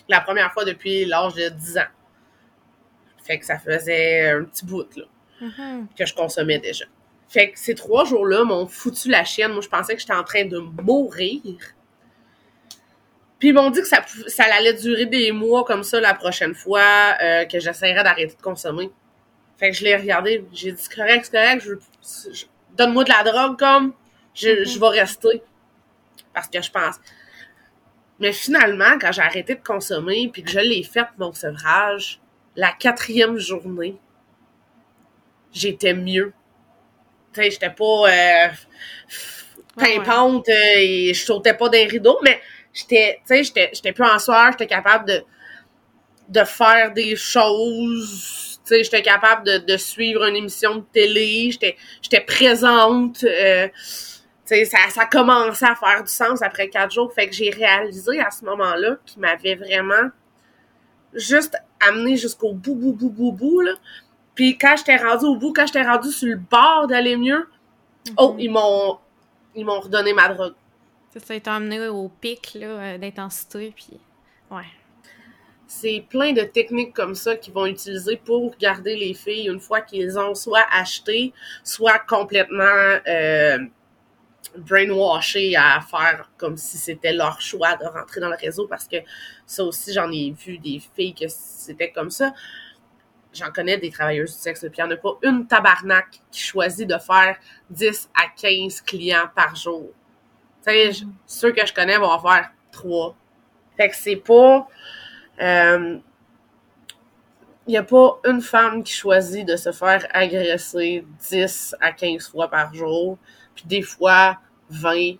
La première fois depuis l'âge de 10 ans. Fait que ça faisait un petit bout, là, que je consommais déjà. Fait que ces 3 jours-là m'ont foutu la chienne. Moi, je pensais que j'étais en train de mourir. Puis ils m'ont dit que ça allait durer des mois comme ça la prochaine fois, que j'essaierais d'arrêter de consommer. Fait que je l'ai regardé, j'ai dit c'est correct, donne-moi de la drogue comme, je vais rester. Parce que je pense. Mais finalement, quand j'ai arrêté de consommer, puis que je l'ai fait, mon sevrage, la 4e journée, j'étais mieux. Tu sais, j'étais pas pimpante et je sautais pas d'un rideau, mais j'étais plus en soir, j'étais capable de faire des choses, tu sais, j'étais capable de suivre une émission de télé, j'étais présente, tu sais, ça commençait à faire du sens après 4 jours, fait que j'ai réalisé à ce moment-là qu'il m'avait vraiment juste amené jusqu'au bout, là. Puis quand j'étais rendue au bout, quand j'étais rendue sur le bord d'aller mieux, ils m'ont redonné ma drogue. Ça, ils t'ont amené au pic là, d'intensité, puis ouais. C'est plein de techniques comme ça qu'ils vont utiliser pour garder les filles une fois qu'ils ont soit acheté, soit complètement brainwashé à faire comme si c'était leur choix de rentrer dans le réseau, parce que ça aussi, j'en ai vu des filles que c'était comme ça. J'en connais des travailleuses du sexe, puis il n'y en a pas une tabarnak qui choisit de faire 10 à 15 clients par jour. Tu sais, ceux que je connais vont en faire 3. Fait que c'est pas... il n'y a pas une femme qui choisit de se faire agresser 10 à 15 fois par jour, puis des fois 20. Puis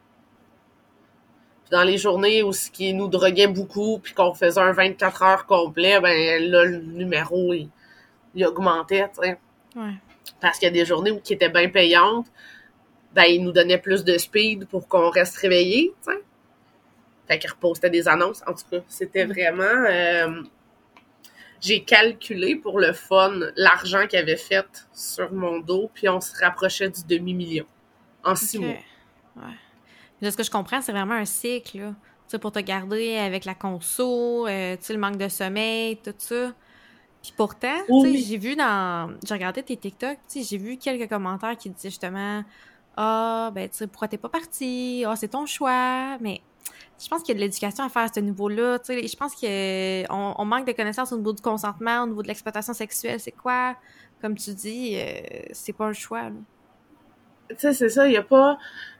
dans les journées où ce qui nous droguait beaucoup, puis qu'on faisait un 24 heures complet, ben là, le numéro, il augmentait, tu sais. Ouais. Parce qu'il y a des journées qui étaient bien payantes, ben ils nous donnaient plus de speed pour qu'on reste réveillé, tu sais. Fait qu'ils repostaient des annonces. En tout cas, c'était vraiment... j'ai calculé pour le fun l'argent qu'il avait fait sur mon dos, puis on se rapprochait du demi-million en 6 mois. Ouais. De ce que je comprends, c'est vraiment un cycle, là. Tu sais, pour te garder avec la conso, tu sais, le manque de sommeil, tout ça. Puis pourtant, tu sais, j'ai regardé tes TikTok, tu sais, j'ai vu quelques commentaires qui disaient justement « Ah, ben, tu sais, pourquoi t'es pas partie? Ah, c'est ton choix. » Mais je pense qu'il y a de l'éducation à faire à ce niveau-là, tu sais. Je pense qu'on manque de connaissances au niveau du consentement, au niveau de l'exploitation sexuelle. C'est quoi? Comme tu dis, c'est pas un choix, là. Tu sais, c'est ça, il y a pas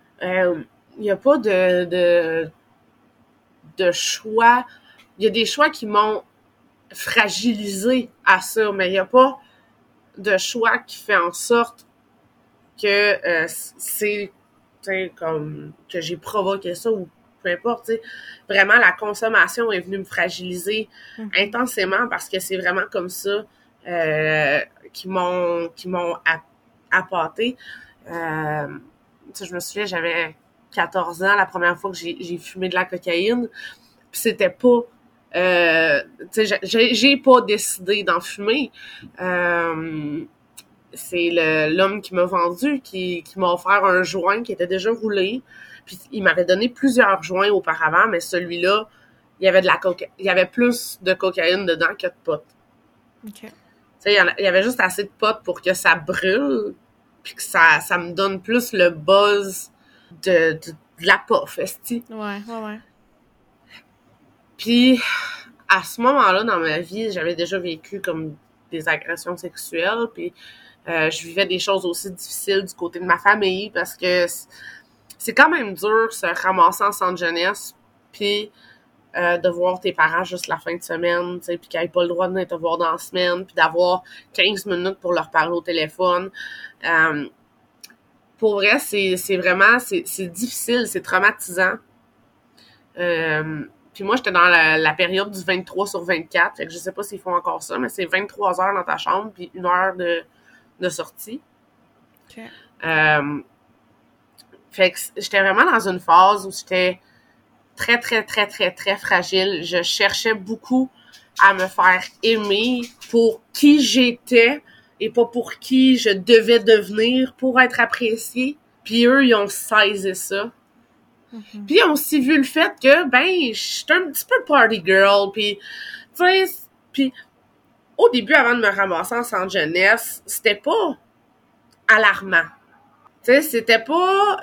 de choix. Il y a des choix qui m'ont fragilisé à ça, mais il n'y a pas de choix qui fait en sorte que c'est comme que j'ai provoqué ça ou peu importe, tu sais. Vraiment, la consommation est venue me fragiliser intensément parce que c'est vraiment comme ça qui m'ont appâté. Je me souviens, j'avais 14 ans la première fois que j'ai fumé de la cocaïne, puis c'était pas j'ai pas décidé d'en fumer. C'est l'homme qui m'a vendu qui m'a offert un joint qui était déjà roulé, puis il m'avait donné plusieurs joints auparavant, mais celui-là, il y avait plus de cocaïne dedans que de pot. OK. Il y avait juste assez de pot pour que ça brûle, puis que ça me donne plus le buzz de la puff, esti. Ouais. Puis, à ce moment-là, dans ma vie, j'avais déjà vécu comme des agressions sexuelles, puis je vivais des choses aussi difficiles du côté de ma famille, parce que c'est quand même dur se ramasser en centre jeunesse, puis de voir tes parents juste la fin de semaine, tu sais, puis qu'ils n'aient pas le droit de venir te voir dans la semaine, puis d'avoir 15 minutes pour leur parler au téléphone. Pour vrai, c'est vraiment, c'est difficile, c'est traumatisant. Puis moi, j'étais dans la période du 23/24, fait que je sais pas s'ils font encore ça, mais c'est 23 heures dans ta chambre, puis 1 heure de sortie. OK. Fait que j'étais vraiment dans une phase où j'étais très, très, très, très, très fragile. Je cherchais beaucoup à me faire aimer pour qui j'étais et pas pour qui je devais devenir pour être appréciée. Puis eux, ils ont saisi ça. Puis ils ont aussi vu le fait que, ben, j'étais un petit peu party girl, puis, tu sais, puis au début, avant de me ramasser en centre jeunesse, c'était pas alarmant. Tu sais, c'était pas...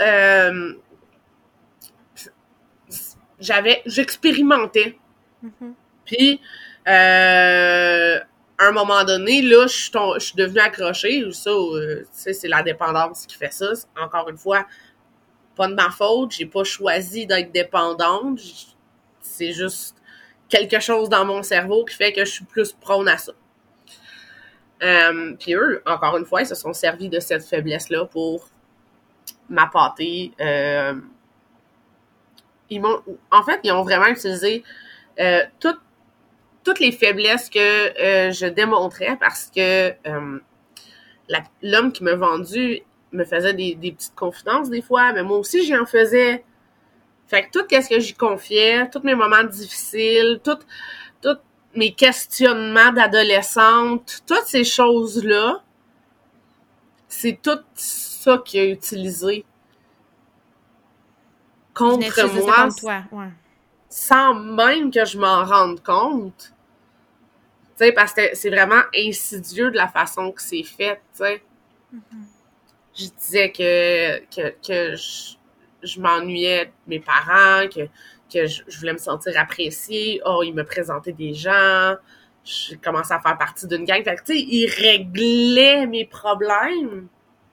j'expérimentais. Puis, à un moment donné, là, je suis devenue accrochée. Ça, tu sais, c'est la dépendance qui fait ça. Encore une fois, pas de ma faute. J'ai pas choisi d'être dépendante. C'est juste quelque chose dans mon cerveau qui fait que je suis plus prône à ça. Puis eux, encore une fois, ils se sont servis de cette faiblesse-là pour m'appâter. Ils ont vraiment utilisé toutes les faiblesses que je démontrais parce que l'homme qui m'a vendu me faisait des petites confidences des fois, mais moi aussi, j'en faisais. Fait que tout ce que j'y confiais, tous mes moments difficiles, tous mes questionnements d'adolescente, toutes ces choses-là, c'est tout ça qu'il a utilisé contre moi, contre toi. Ouais. sans même que je m'en rende compte. Tu sais, parce que c'est vraiment insidieux de la façon que c'est fait, tu sais. Je disais que je m'ennuyais de mes parents, que je voulais me sentir appréciée. Oh, ils me présentaient des gens. J'ai commencé à faire partie d'une gang. Fait que, tu sais, ils réglaient mes problèmes.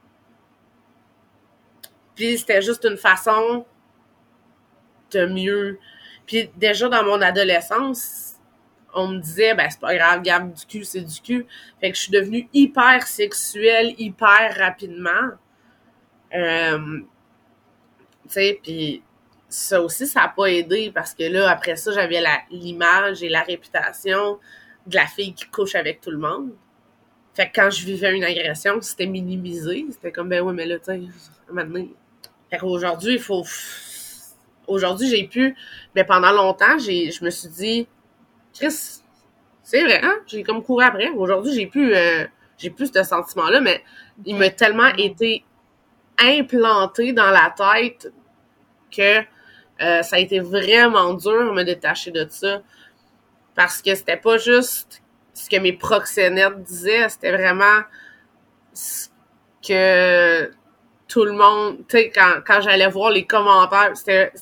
Puis c'était juste une façon de mieux. Puis déjà dans mon adolescence, on me disait, ben c'est pas grave, Gab, du cul, c'est du cul. Fait que je suis devenue hyper sexuelle, hyper rapidement. Tu sais, puis ça aussi, ça a pas aidé parce que là, après ça, j'avais l'image et la réputation de la fille qui couche avec tout le monde. Fait que quand je vivais une agression, c'était minimisé. C'était comme, ben oui, mais là, tu sais, maintenant. Fait qu'aujourd'hui, Aujourd'hui, j'ai pu... Mais pendant longtemps, je me suis dit... Chris, c'est vrai, hein? J'ai comme couru après. Aujourd'hui, j'ai plus ce sentiment-là, mais il m'a tellement été implanté dans la tête que ça a été vraiment dur de me détacher de ça. Parce que c'était pas juste ce que mes proxénètes disaient, c'était vraiment ce que tout le monde... Tu sais, quand j'allais voir les commentaires, c'était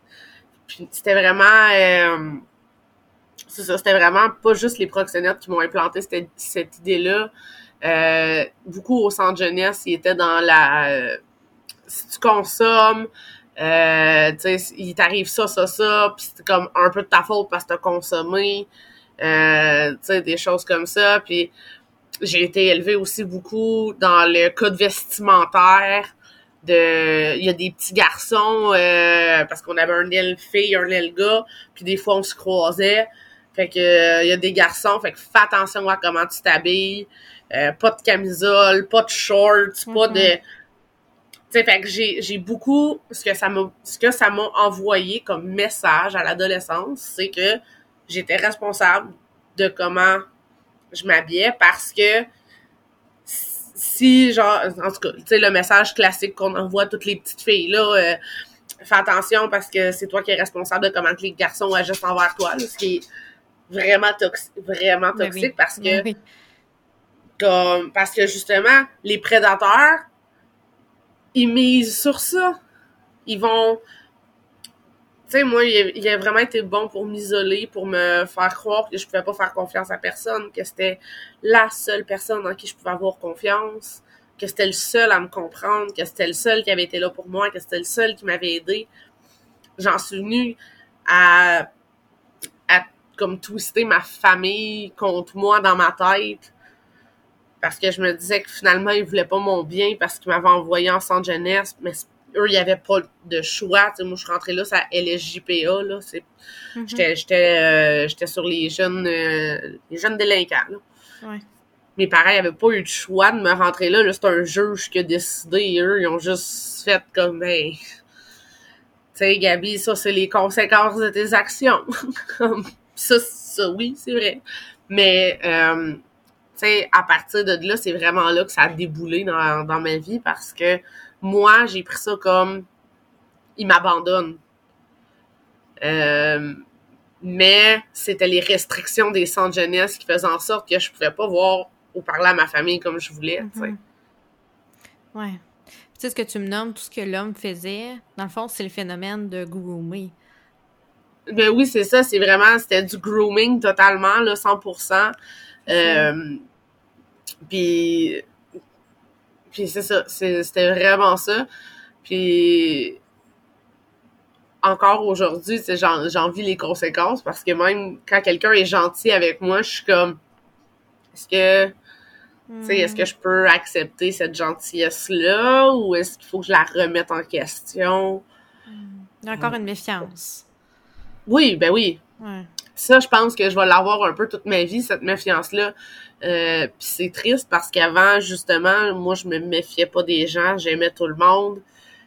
vraiment... c'est ça, c'était vraiment pas juste les proxénètes qui m'ont implanté cette idée-là. Beaucoup au centre jeunesse, ils étaient dans si tu consommes, tu sais, il t'arrive ça, puis c'est comme un peu de ta faute parce que t'as consommé, tu sais, des choses comme ça. Puis j'ai été élevée aussi beaucoup dans le code vestimentaire. Il y a des petits garçons, parce qu'on avait un aile fille, un aile gars, puis des fois on se croisait. Fait que il y a des garçons, fait que fais attention à comment tu t'habilles, pas de camisole, pas de shorts, pas de... Tu sais, fait que j'ai beaucoup... Ce que ça m'a envoyé comme message à l'adolescence, c'est que j'étais responsable de comment je m'habillais parce que si, genre... En tout cas, tu sais, le message classique qu'on envoie à toutes les petites filles, là, fais attention parce que c'est toi qui es responsable de comment les garçons agissent envers toi, là, ce qui est vraiment toxique parce que parce que justement les prédateurs ils misent sur ça. Ils vont, tu sais, moi il a vraiment été bon pour m'isoler, pour me faire croire que je pouvais pas faire confiance à personne, que c'était la seule personne en qui je pouvais avoir confiance, que c'était le seul à me comprendre, que c'était le seul qui avait été là pour moi, que c'était le seul qui m'avait aidé. J'en suis venue à comme twister ma famille contre moi dans ma tête parce que je me disais que finalement ils voulaient pas mon bien parce qu'ils m'avaient envoyé en centre jeunesse, mais eux il y avait pas de choix. Tu sais, moi je suis rentrée là, c'est à LSJPA là, j'étais sur les jeunes délinquants là. Ouais. Mes parents n'avaient pas eu de choix de me rentrer là, c'est un juge qui a décidé, eux ils ont juste fait comme ben tu sais Gabi, ça c'est les conséquences de tes actions. Ça, oui, c'est vrai. Mais, tu sais, à partir de là, c'est vraiment là que ça a déboulé dans ma vie parce que moi, j'ai pris ça comme, ils m'abandonnent. Mais c'était les restrictions des centres jeunesse qui faisaient en sorte que je pouvais pas voir ou parler à ma famille comme je voulais, tu sais. Ouais. Tu sais, ce que tu me nommes, tout ce que l'homme faisait, dans le fond, c'est le phénomène de groomer. Ben oui, c'est ça, c'était du grooming totalement, là, 100%. Puis c'est ça, c'était vraiment ça. Puis encore aujourd'hui, j'en vis les conséquences parce que même quand quelqu'un est gentil avec moi, je suis comme, est-ce que je peux accepter cette gentillesse-là ou est-ce qu'il faut que je la remette en question? Il y a encore une méfiance. Oui, ben oui. Ouais. Ça, je pense que je vais l'avoir un peu toute ma vie, cette méfiance-là. Puis c'est triste parce qu'avant, justement, moi, je me méfiais pas des gens, j'aimais tout le monde.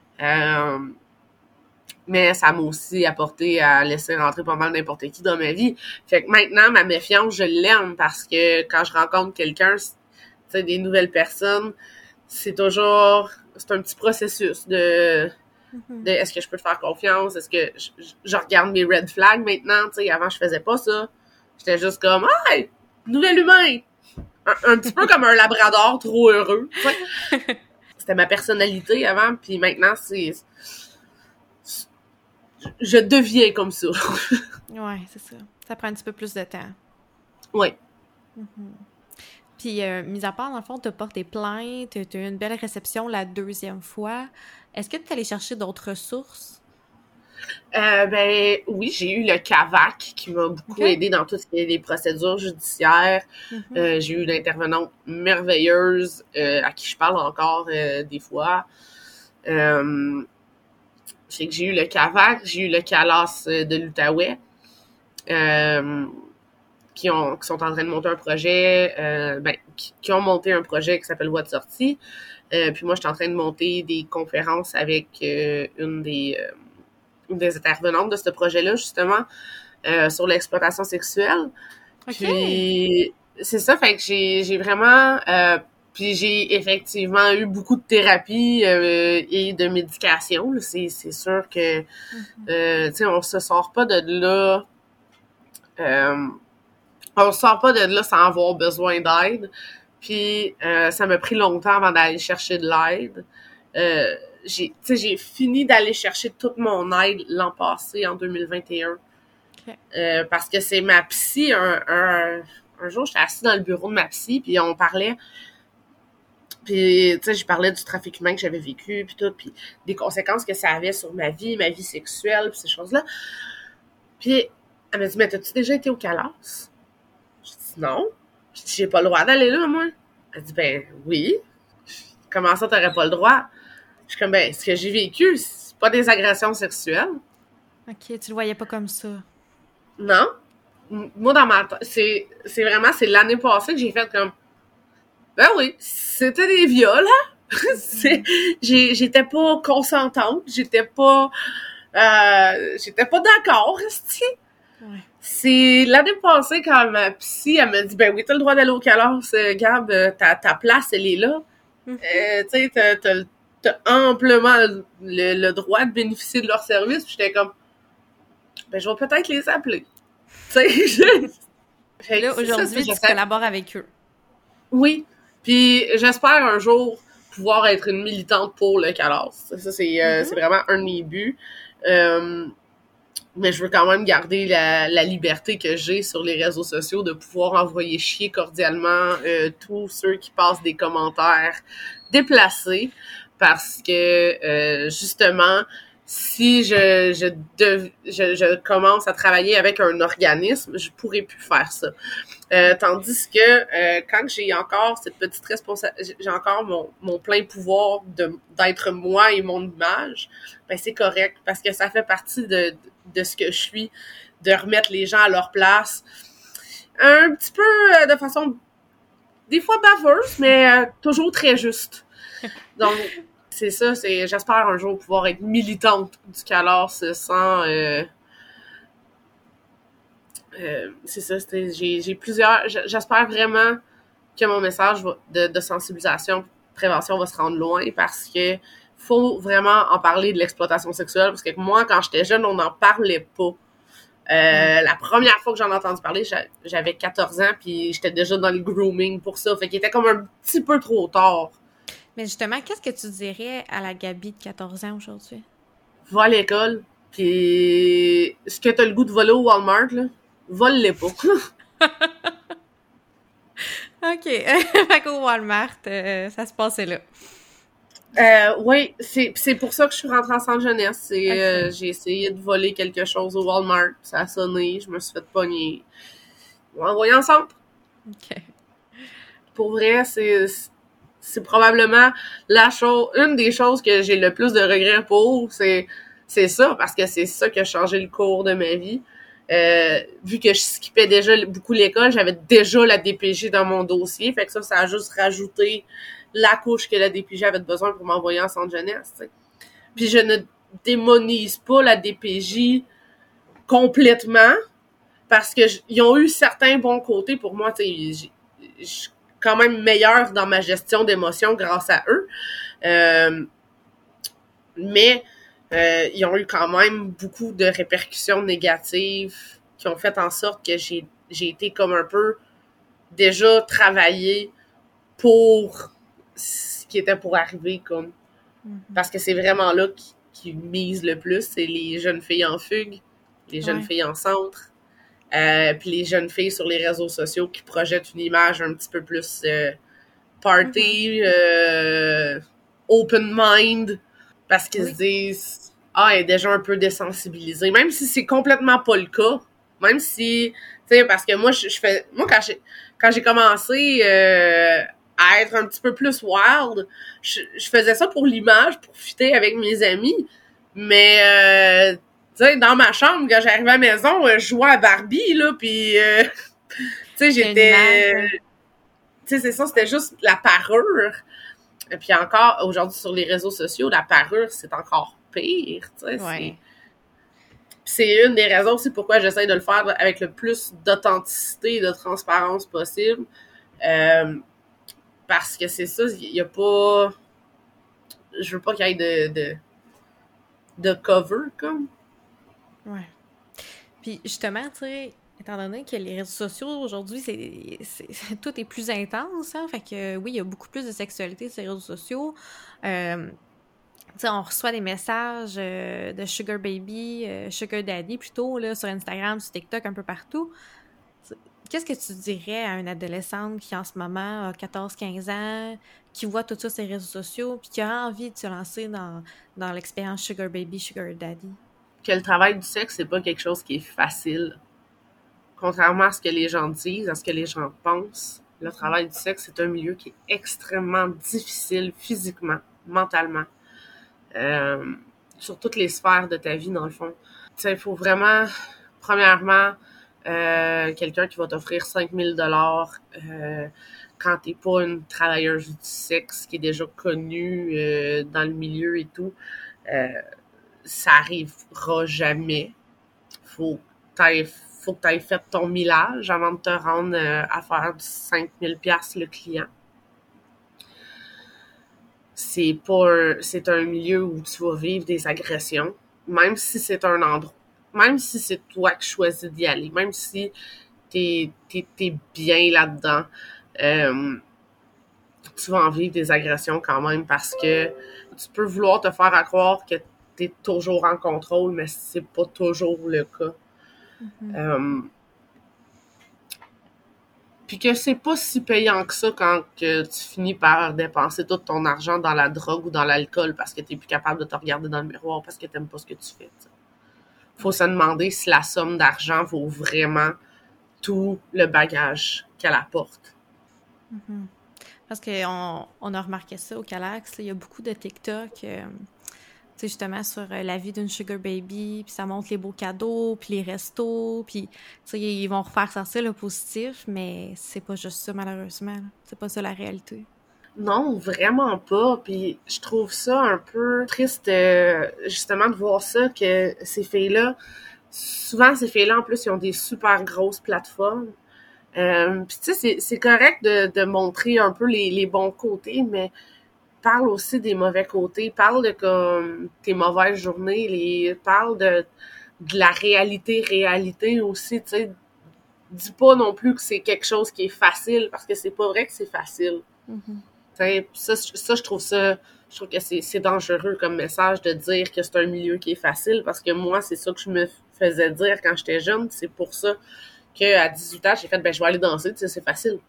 Mais ça m'a aussi apporté à laisser rentrer pas mal n'importe qui dans ma vie. Fait que maintenant, ma méfiance, je l'aime parce que quand je rencontre quelqu'un, tu sais, des nouvelles personnes, c'est un petit processus de est-ce que je peux te faire confiance, est-ce que je regarde mes red flags maintenant, tu sais, avant je faisais pas ça. J'étais juste comme, hey, nouvel humain! Un petit peu comme un labrador trop heureux, tu sais. C'était ma personnalité avant, puis maintenant, je deviens comme ça. Ouais, c'est ça. Ça prend un petit peu plus de temps. Oui. Puis, mis à part, dans le fond, tu as porté plainte, tu as eu une belle réception la deuxième fois. Est-ce que tu es allé chercher d'autres ressources? Ben oui, j'ai eu le CAVAC qui m'a beaucoup aidé dans tout ce qui est les procédures judiciaires. J'ai eu une intervenante merveilleuse à qui je parle encore des fois. J'ai eu le CAVAC, j'ai eu le CALAS de l'Outaouais, qui sont en train de monter un projet, qui ont monté un projet qui s'appelle Voie de sortie. Puis moi, je suis en train de monter des conférences avec une des intervenantes de ce projet-là, justement, sur l'exploitation sexuelle. Okay. Puis c'est ça, fait que j'ai vraiment... puis j'ai effectivement eu beaucoup de thérapie et de médication. Là. C'est sûr que, tu sais, on se sort pas de là... on se sort pas de là sans avoir besoin d'aide. Puis ça m'a pris longtemps avant d'aller chercher de l'aide. J'ai fini d'aller chercher toute mon aide l'an passé, en 2021. Okay. Parce que c'est ma psy, un jour, j'étais assise dans le bureau de ma psy, puis on parlait... Puis, tu sais, je parlais du trafic humain que j'avais vécu, puis tout, puis des conséquences que ça avait sur ma vie sexuelle, puis ces choses-là. Puis, elle m'a dit, mais t'as-tu déjà été au CALAS? Je dis, non. Je dis, j'ai pas le droit d'aller là, moi. Elle dit, ben oui. Comment ça, t'aurais pas le droit? Je suis comme, ben, ce que j'ai vécu, c'est pas des agressions sexuelles. OK, tu le voyais pas comme ça. Non. Moi, dans ma tête, c'est vraiment, c'est l'année passée que j'ai fait comme, ben oui, c'était des viols, hein? J'étais pas consentante, j'étais pas d'accord, esti. Ouais. C'est l'année passée quand ma psy, elle m'a dit, ben oui, t'as le droit d'aller au CALAS, Gab, ta place, elle est là. Tu sais, t'as amplement le droit de bénéficier de leurs services. Puis j'étais comme, ben je vais peut-être les appeler. Tu sais, là, aujourd'hui, tu collabores avec eux. Oui. Puis j'espère un jour pouvoir être une militante pour le CALAS. Ça, c'est vraiment un de mes buts. Mais je veux quand même garder la liberté que j'ai sur les réseaux sociaux de pouvoir envoyer chier cordialement tous ceux qui passent des commentaires déplacés parce que justement, si je commence à travailler avec un organisme, je pourrais plus faire ça. Tandis que quand j'ai encore cette petite responsabilité, j'ai encore mon plein pouvoir d'être moi et mon image, ben c'est correct parce que ça fait partie de ce que je suis, de remettre les gens à leur place. Un petit peu de façon des fois baveuse, mais toujours très juste. Donc c'est ça, j'espère un jour pouvoir être militante du CALAS sans c'est ça, j'ai plusieurs... J'espère vraiment que mon message de sensibilisation, prévention va se rendre loin parce que faut vraiment en parler de l'exploitation sexuelle, parce que moi, quand j'étais jeune, on n'en parlait pas. La première fois que j'en ai entendu parler, j'avais 14 ans, puis j'étais déjà dans le grooming pour ça. Fait qu'il était comme un petit peu trop tard. Mais justement, qu'est-ce que tu dirais à la Gabi de 14 ans aujourd'hui? Va à l'école, puis ce que t'as le goût de voler au Walmart, là, vole-les pas. OK. Fait qu'au Walmart, ça se passait là. Oui, c'est pour ça que je suis rentrée en centre jeunesse. Okay. J'ai essayé de voler quelque chose au Walmart. Ça a sonné, je me suis fait pogner. Ils m'ont envoyé en centre. OK. Pour vrai, c'est probablement une des choses que j'ai le plus de regrets pour, c'est ça, parce que c'est ça qui a changé le cours de ma vie. Vu que je skippais déjà beaucoup l'école, j'avais déjà la DPJ dans mon dossier, fait que ça a juste rajouté la couche que la DPJ avait besoin pour m'envoyer en centre jeunesse, t'sais. Puis je ne démonise pas la DPJ complètement, parce que ils ont eu certains bons côtés pour moi, tu sais, je suis quand même meilleure dans ma gestion d'émotions grâce à eux. Mais ils ont eu quand même beaucoup de répercussions négatives qui ont fait en sorte que j'ai été comme un peu déjà travaillée pour ce qui était pour arriver, comme. Parce que c'est vraiment là qui mise le plus, c'est les jeunes filles en fugue, les jeunes filles en centre, puis les jeunes filles sur les réseaux sociaux qui projettent une image un petit peu plus party, open mind, parce qu'ils se disent elle est déjà un peu désensibilisée, même si c'est complètement pas le cas, même si, tu sais, parce que moi quand j'ai commencé à être un petit peu plus wild, je faisais ça pour l'image, pour fitter avec mes amis, mais tu sais, dans ma chambre, quand j'arrivais à la maison, je jouais à Barbie, là, puis tu sais, j'étais... Tu sais, c'est ça, c'était juste la parure. Et puis encore, aujourd'hui, sur les réseaux sociaux, la parure, c'est encore pire, tu sais. Ouais. C'est une des raisons aussi pourquoi j'essaie de le faire avec le plus d'authenticité et de transparence possible. Parce que c'est ça, il y a pas... Je veux pas qu'il y ait de cover, comme. Ouais. Puis justement, tu sais, étant donné que les réseaux sociaux aujourd'hui, tout est plus intense, hein? Fait que oui, il y a beaucoup plus de sexualité sur les réseaux sociaux. Tu sais, on reçoit des messages de Sugar Baby, Sugar Daddy plutôt, là, sur Instagram, sur TikTok, un peu partout. Qu'est-ce que tu dirais à une adolescente qui, en ce moment, a 14-15 ans, qui voit tout ça sur les réseaux sociaux, puis qui a envie de se lancer dans l'expérience Sugar Baby, Sugar Daddy? Que le travail du sexe, c'est pas quelque chose qui est facile. Contrairement à ce que les gens disent, à ce que les gens pensent, le travail du sexe, c'est un milieu qui est extrêmement difficile physiquement, mentalement, sur toutes les sphères de ta vie, dans le fond. Tu sais, il faut vraiment, premièrement, quelqu'un qui va t'offrir 5 000 $ quand t'es pas une travailleuse du sexe qui est déjà connue dans le milieu et tout, ça arrivera jamais. Faut que t'ailles fait ton millage avant de te rendre à faire du 5 000 $ le client. C'est un milieu où tu vas vivre des agressions, même si c'est un endroit, même si c'est toi qui choisis d'y aller, même si t'es bien là-dedans, tu vas en vivre des agressions quand même, parce que tu peux vouloir te faire croire que t'es toujours en contrôle, mais c'est pas toujours le cas. Puis que c'est pas si payant que ça quand que tu finis par dépenser tout ton argent dans la drogue ou dans l'alcool parce que t'es plus capable de te regarder dans le miroir parce que t'aimes pas ce que tu fais, t'sais. Faut se demander si la somme d'argent vaut vraiment tout le bagage qu'elle apporte. Parce qu'on a remarqué ça au Calax, il y a beaucoup de TikTok, tu sais, justement, sur la vie d'une Sugar Baby, puis ça montre les beaux cadeaux, puis les restos, puis, tu sais, ils vont refaire sortir le positif, mais c'est pas juste ça, malheureusement. Là. C'est pas ça la réalité. Non, vraiment pas. Puis je trouve ça un peu triste, justement, de voir ça, que ces filles-là, souvent ces filles-là, en plus, ils ont des super grosses plateformes. Puis tu sais, c'est correct de montrer un peu les bons côtés, mais parle aussi des mauvais côtés, parle de comme tes mauvaises journées, parle de la réalité aussi, tu sais. Dis pas non plus que c'est quelque chose qui est facile, parce que c'est pas vrai que c'est facile. Ça, je trouve que c'est dangereux comme message de dire que c'est un milieu qui est facile, parce que moi, c'est ça que je me faisais dire quand j'étais jeune. C'est pour ça qu'à 18 ans, j'ai fait, je vais aller danser, tu sais, c'est facile.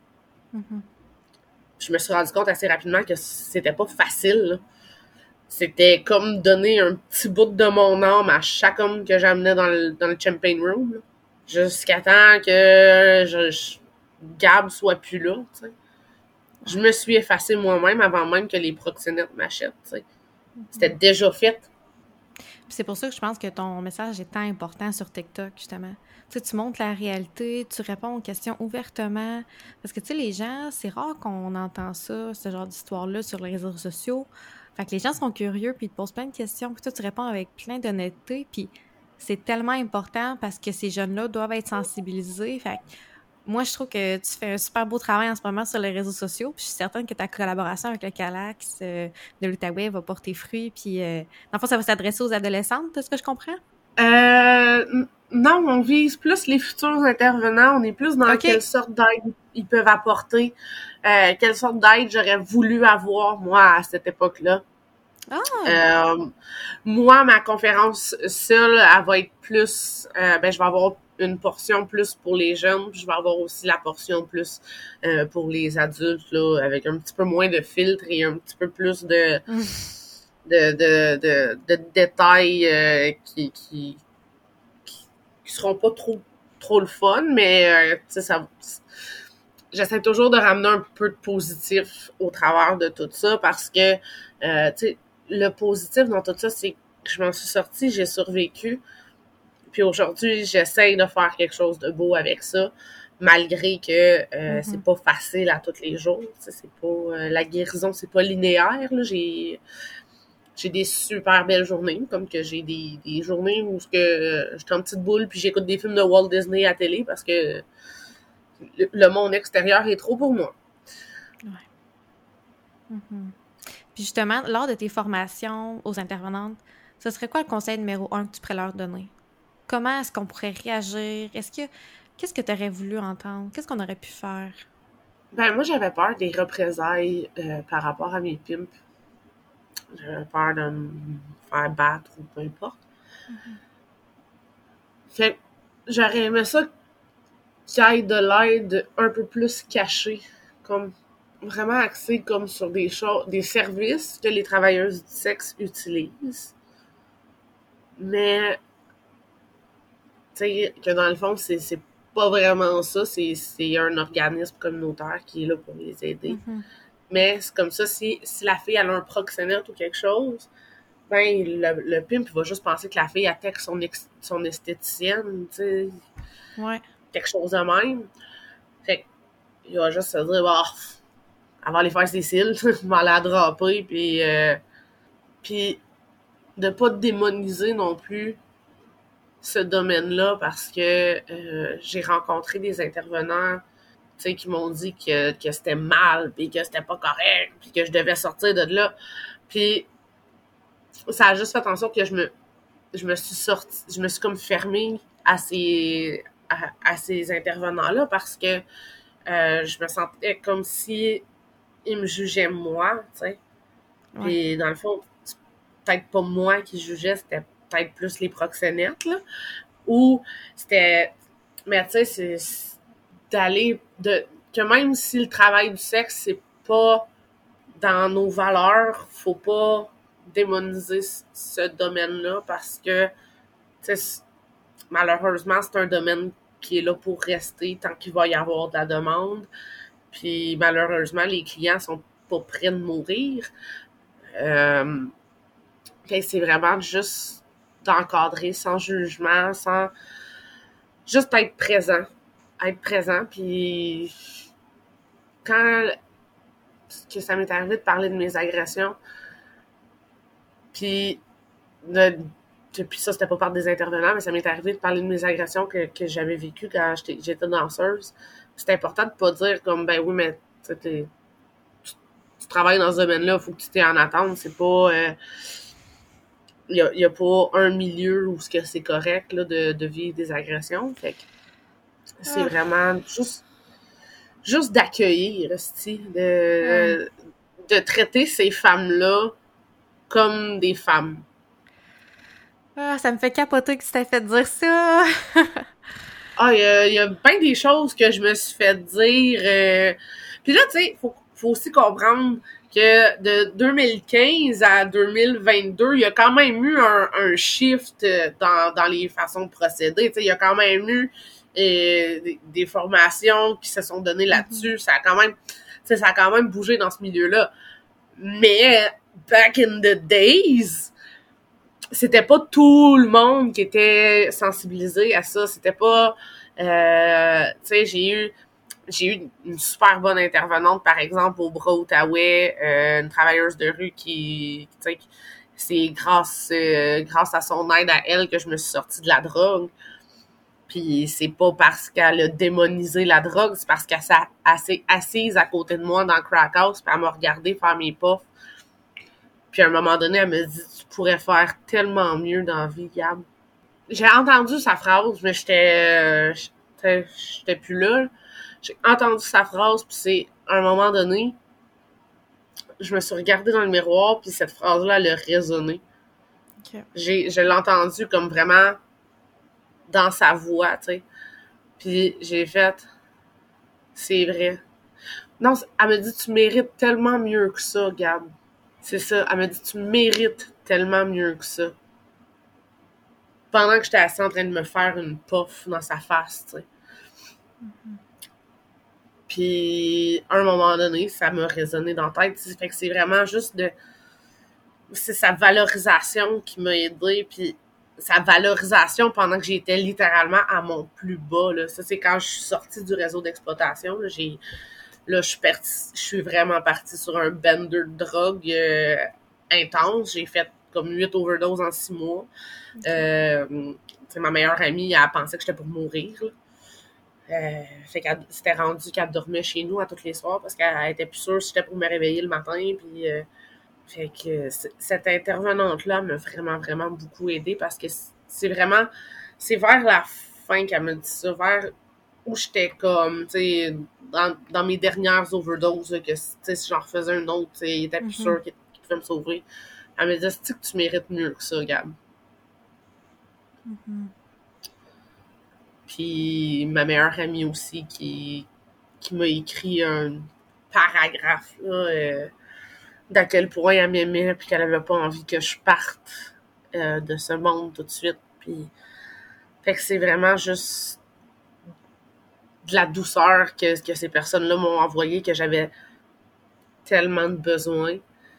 Je me suis rendu compte assez rapidement que c'était pas facile, là. C'était comme donner un petit bout de mon âme à chaque homme que j'amenais dans le champagne room, là, jusqu'à temps que Gab soit plus là, tu sais. Je me suis effacée moi-même avant même que les proxénètes m'achètent, tu sais. C'était déjà fait. Puis c'est pour ça que je pense que ton message est tant important sur TikTok, justement. Tu sais, tu montres la réalité, tu réponds aux questions ouvertement. Parce que, tu sais, les gens, c'est rare qu'on entend ça, ce genre d'histoire-là, sur les réseaux sociaux. Fait que les gens sont curieux, puis ils te posent plein de questions, puis toi, tu réponds avec plein d'honnêteté, puis c'est tellement important parce que ces jeunes-là doivent être sensibilisés. Fait que moi, je trouve que tu fais un super beau travail en ce moment sur les réseaux sociaux, puis je suis certaine que ta collaboration avec le Calax de l'Outaouais va porter fruit, puis dans le fond, ça va s'adresser aux adolescentes, est-ce que je comprends? Non, on vise plus les futurs intervenants, on est plus dans quelle sorte d'aide ils peuvent apporter, quelle sorte d'aide j'aurais voulu avoir, moi, à cette époque-là. Moi, ma conférence seule, elle va être plus, je vais avoir une portion plus pour les jeunes, puis je vais avoir aussi la portion plus pour les adultes, là, avec un petit peu moins de filtres et un petit peu plus de détails qui seront pas trop le fun, mais tu sais, j'essaie toujours de ramener un peu de positif au travers de tout ça, parce que tu sais, le positif dans tout ça, c'est que je m'en suis sortie, j'ai survécu. Puis aujourd'hui, j'essaie de faire quelque chose de beau avec ça, malgré que c'est pas facile à tous les jours. C'est pas la guérison, c'est pas linéaire, là. J'ai des super belles journées, comme que j'ai des journées où je suis en petite boule puis j'écoute des films de Walt Disney à télé parce que le monde extérieur est trop pour moi. Ouais. Puis justement, lors de tes formations aux intervenantes, ce serait quoi le conseil numéro 1 que tu pourrais leur donner? Comment est-ce qu'on pourrait réagir? Qu'est-ce que tu aurais voulu entendre? Qu'est-ce qu'on aurait pu faire? Moi, j'avais peur des représailles par rapport à mes pimps. J'avais peur de me faire battre ou peu importe. Fait que j'aurais aimé ça qu'il y ait de l'aide un peu plus cachée, comme vraiment axée comme sur des services que les travailleuses du sexe utilisent. Mais tu sais, que dans le fond, c'est pas vraiment ça, c'est un organisme communautaire qui est là pour les aider. Mais c'est comme ça, si la fille elle a un proxénète ou quelque chose, le pimp va juste penser que la fille attaque son esthéticienne, tu sais. Ouais. Quelque chose de même. Fait il va juste se dire, elle va aller faire ses cils, elle va aller la draper, puis de pas démoniser non plus ce domaine-là, parce que j'ai rencontré des intervenants, tu sais, qui m'ont dit que c'était mal, puis que c'était pas correct, puis que je devais sortir de là. Puis ça a juste fait en sorte que je me suis comme fermée à ces intervenants-là, parce que je me sentais comme si ils me jugeaient moi, tu sais. Ouais. Puis dans le fond, c'est peut-être pas moi qui jugeais, c'était peut-être plus les proxénètes, là. Ou c'était... Mais tu sais, c'est d'aller... que même si le travail du sexe, c'est pas dans nos valeurs, faut pas démoniser ce domaine-là, parce que, tu sais, malheureusement, c'est un domaine qui est là pour rester tant qu'il va y avoir de la demande. Puis malheureusement, les clients sont pas prêts de mourir. C'est vraiment juste d'encadrer sans jugement, sans juste être présent. Être présent, puis quand que ça m'est arrivé de parler de mes agressions, puis ça, c'était pas par des intervenants, mais ça m'est arrivé de parler de mes agressions que j'avais vécues quand j'étais danseuse. C'est important de pas dire comme, oui, mais tu travailles dans ce domaine-là, il faut que tu t'es en attente. C'est pas... Il y a pas un milieu où c'est correct là, de vivre des agressions. Fait que c'est vraiment juste d'accueillir, de traiter ces femmes-là comme des femmes. Ah, ça me fait capoter que tu t'aies fait dire ça! Il y a bien des choses que je me suis fait dire. Puis là, tu sais, faut aussi comprendre que de 2015 à 2022, il y a quand même eu un shift dans les façons de procéder. Tu sais, il y a quand même eu des formations qui se sont données là-dessus. Ça a quand même bougé dans ce milieu-là. Mais back in the days, c'était pas tout le monde qui était sensibilisé à ça. C'était pas... tu sais, j'ai eu une super bonne intervenante, par exemple, au Bras-Outaouais, une travailleuse de rue qui tu sais, c'est grâce à son aide à elle que je me suis sortie de la drogue. Puis c'est pas parce qu'elle a démonisé la drogue, c'est parce qu'elle s'est assise à côté de moi dans le crack house, puis elle m'a regardé faire mes puffs. Puis à un moment donné, elle me dit « Tu pourrais faire tellement mieux dans la vie, Gab. » J'ai entendu sa phrase, mais j'étais plus là. J'ai entendu sa phrase, puis c'est, à un moment donné, je me suis regardée dans le miroir, puis cette phrase-là, elle a résonné. Okay. Je l'ai entendue comme vraiment dans sa voix, tu sais. Puis j'ai fait, c'est vrai. Non, elle me dit, tu mérites tellement mieux que ça, Gab. C'est ça, elle me dit, tu mérites tellement mieux que ça. Pendant que j'étais assise en train de me faire une puff dans sa face, tu sais. Mm-hmm. Puis, à un moment donné, ça m'a résonné dans la tête. Fait que c'est vraiment juste c'est sa valorisation qui m'a aidée. Puis, sa valorisation pendant que j'étais littéralement à mon plus bas. Là. Ça, c'est quand je suis sortie du réseau d'exploitation. Là, je suis vraiment partie sur un bender de drogue intense. J'ai fait comme 8 overdoses en 6 mois. Okay. Ma meilleure amie, elle pensait que j'étais pour mourir. Là. Fait qu'elle s'était rendue qu'elle dormait chez nous à tous les soirs parce qu'elle était plus sûre si j'étais pour me réveiller le matin. Puis, fait que cette intervenante-là m'a vraiment, vraiment beaucoup aidée parce que c'est vers la fin qu'elle me dit ça, vers où j'étais comme, tu sais, dans mes dernières overdoses, là, que, tu sais, si j'en refaisais une autre, tu sais, il était plus sûr qu'il pouvait me sauver. Elle me dit, c'est-tu que tu mérites mieux que ça, Gab? Mm-hmm. Puis ma meilleure amie aussi qui m'a écrit un paragraphe là, d'à quel point elle m'aimait puis qu'elle avait pas envie que je parte de ce monde tout de suite. Puis fait que c'est vraiment juste de la douceur que ces personnes-là m'ont envoyé que j'avais tellement de besoin.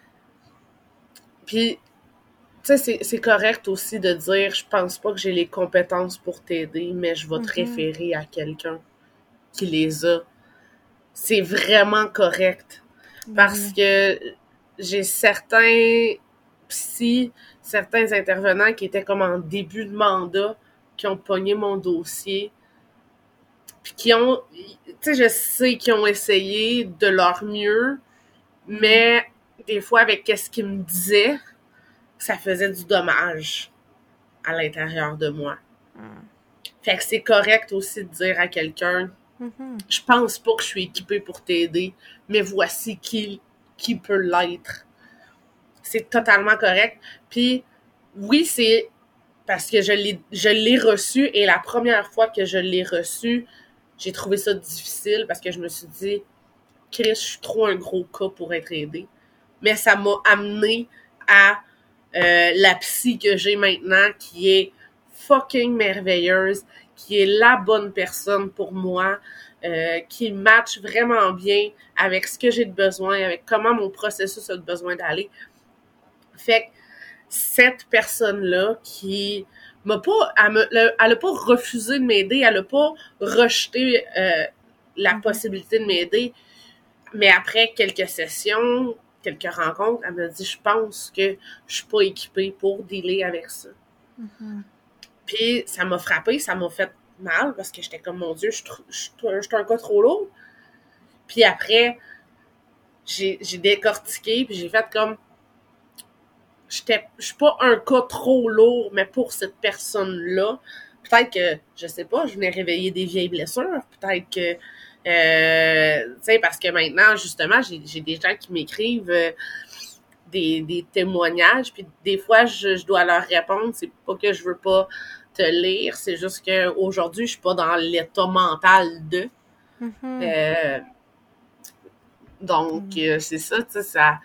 Puis tu sais, c'est correct aussi de dire, je pense pas que j'ai les compétences pour t'aider, mais je vais te référer à quelqu'un qui les a. C'est vraiment correct. Parce que j'ai certains intervenants qui étaient comme en début de mandat, qui ont pogné mon dossier, puis qui ont, tu sais, je sais qu'ils ont essayé de leur mieux, mais des fois, avec qu'est-ce qu'ils me disaient, ça faisait du dommage à l'intérieur de moi. Fait que c'est correct aussi de dire à quelqu'un, je pense pas que je suis équipée pour t'aider, mais voici qui peut l'être. C'est totalement correct. Puis, oui, c'est parce que je l'ai reçu, et la première fois que je l'ai reçu, j'ai trouvé ça difficile parce que je me suis dit, Chris, je suis trop un gros cas pour être aidée. Mais ça m'a amené à la psy que j'ai maintenant, qui est fucking merveilleuse, qui est la bonne personne pour moi, qui match vraiment bien avec ce que j'ai de besoin, avec comment mon processus a de besoin d'aller. Fait que cette personne-là qui m'a pas, elle a pas refusé de m'aider, elle a pas rejeté la possibilité de m'aider, mais après quelques sessions, quelques rencontres, elle m'a dit, je pense que je suis pas équipée pour dealer avec ça. Puis ça m'a frappée, ça m'a fait mal, parce que j'étais comme, mon Dieu, je suis un cas trop lourd. Puis après, j'ai décortiqué, puis j'ai fait comme... Je suis pas un cas trop lourd, mais pour cette personne-là, peut-être que, je sais pas, je venais réveiller des vieilles blessures, peut-être que... tu sais, parce que maintenant, justement, j'ai des gens qui m'écrivent des témoignages, puis des fois, je dois leur répondre. C'est pas que je veux pas te lire, c'est juste que aujourd'hui je suis pas dans l'état mental de. Donc, c'est ça, tu sais, ça...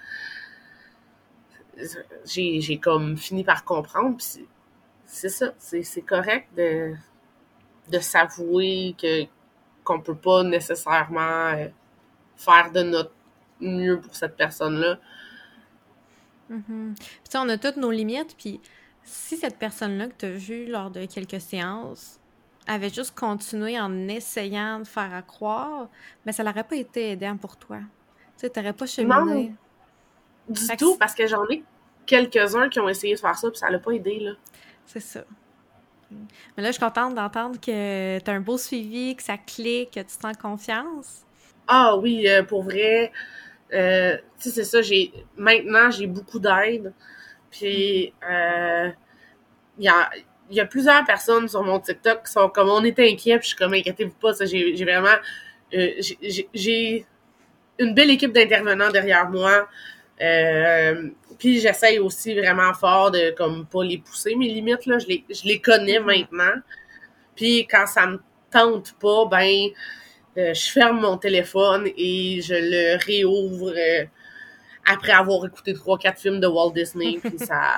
J'ai comme fini par comprendre, puis c'est ça, c'est correct de s'avouer qu'on peut pas nécessairement faire de notre mieux pour cette personne-là. Puis tu sais, on a toutes nos limites, puis si cette personne-là que tu as vue lors de quelques séances avait juste continué en essayant de faire à croire, mais ça n'aurait pas été aidant pour toi. Tu sais, t'aurais pas cheminé. Non, du tout, parce que j'en ai quelques-uns qui ont essayé de faire ça, puis ça l'a pas aidé, là. C'est ça. Mais là, je suis contente d'entendre que tu as un beau suivi, que ça clique, que tu te sens confiance. Ah oui, pour vrai, tu sais, c'est ça, maintenant, j'ai beaucoup d'aide, puis il y a plusieurs personnes sur mon TikTok qui sont comme, on est inquiets, puis je suis comme, inquiétez-vous pas, ça, j'ai vraiment, j'ai une belle équipe d'intervenants derrière moi, puis j'essaye aussi vraiment fort de, comme, pas les pousser, mes limites, là, je les connais maintenant, puis quand ça me tente pas, ben, je ferme mon téléphone et je le réouvre après avoir écouté 3-4 films de Walt Disney, puis ça...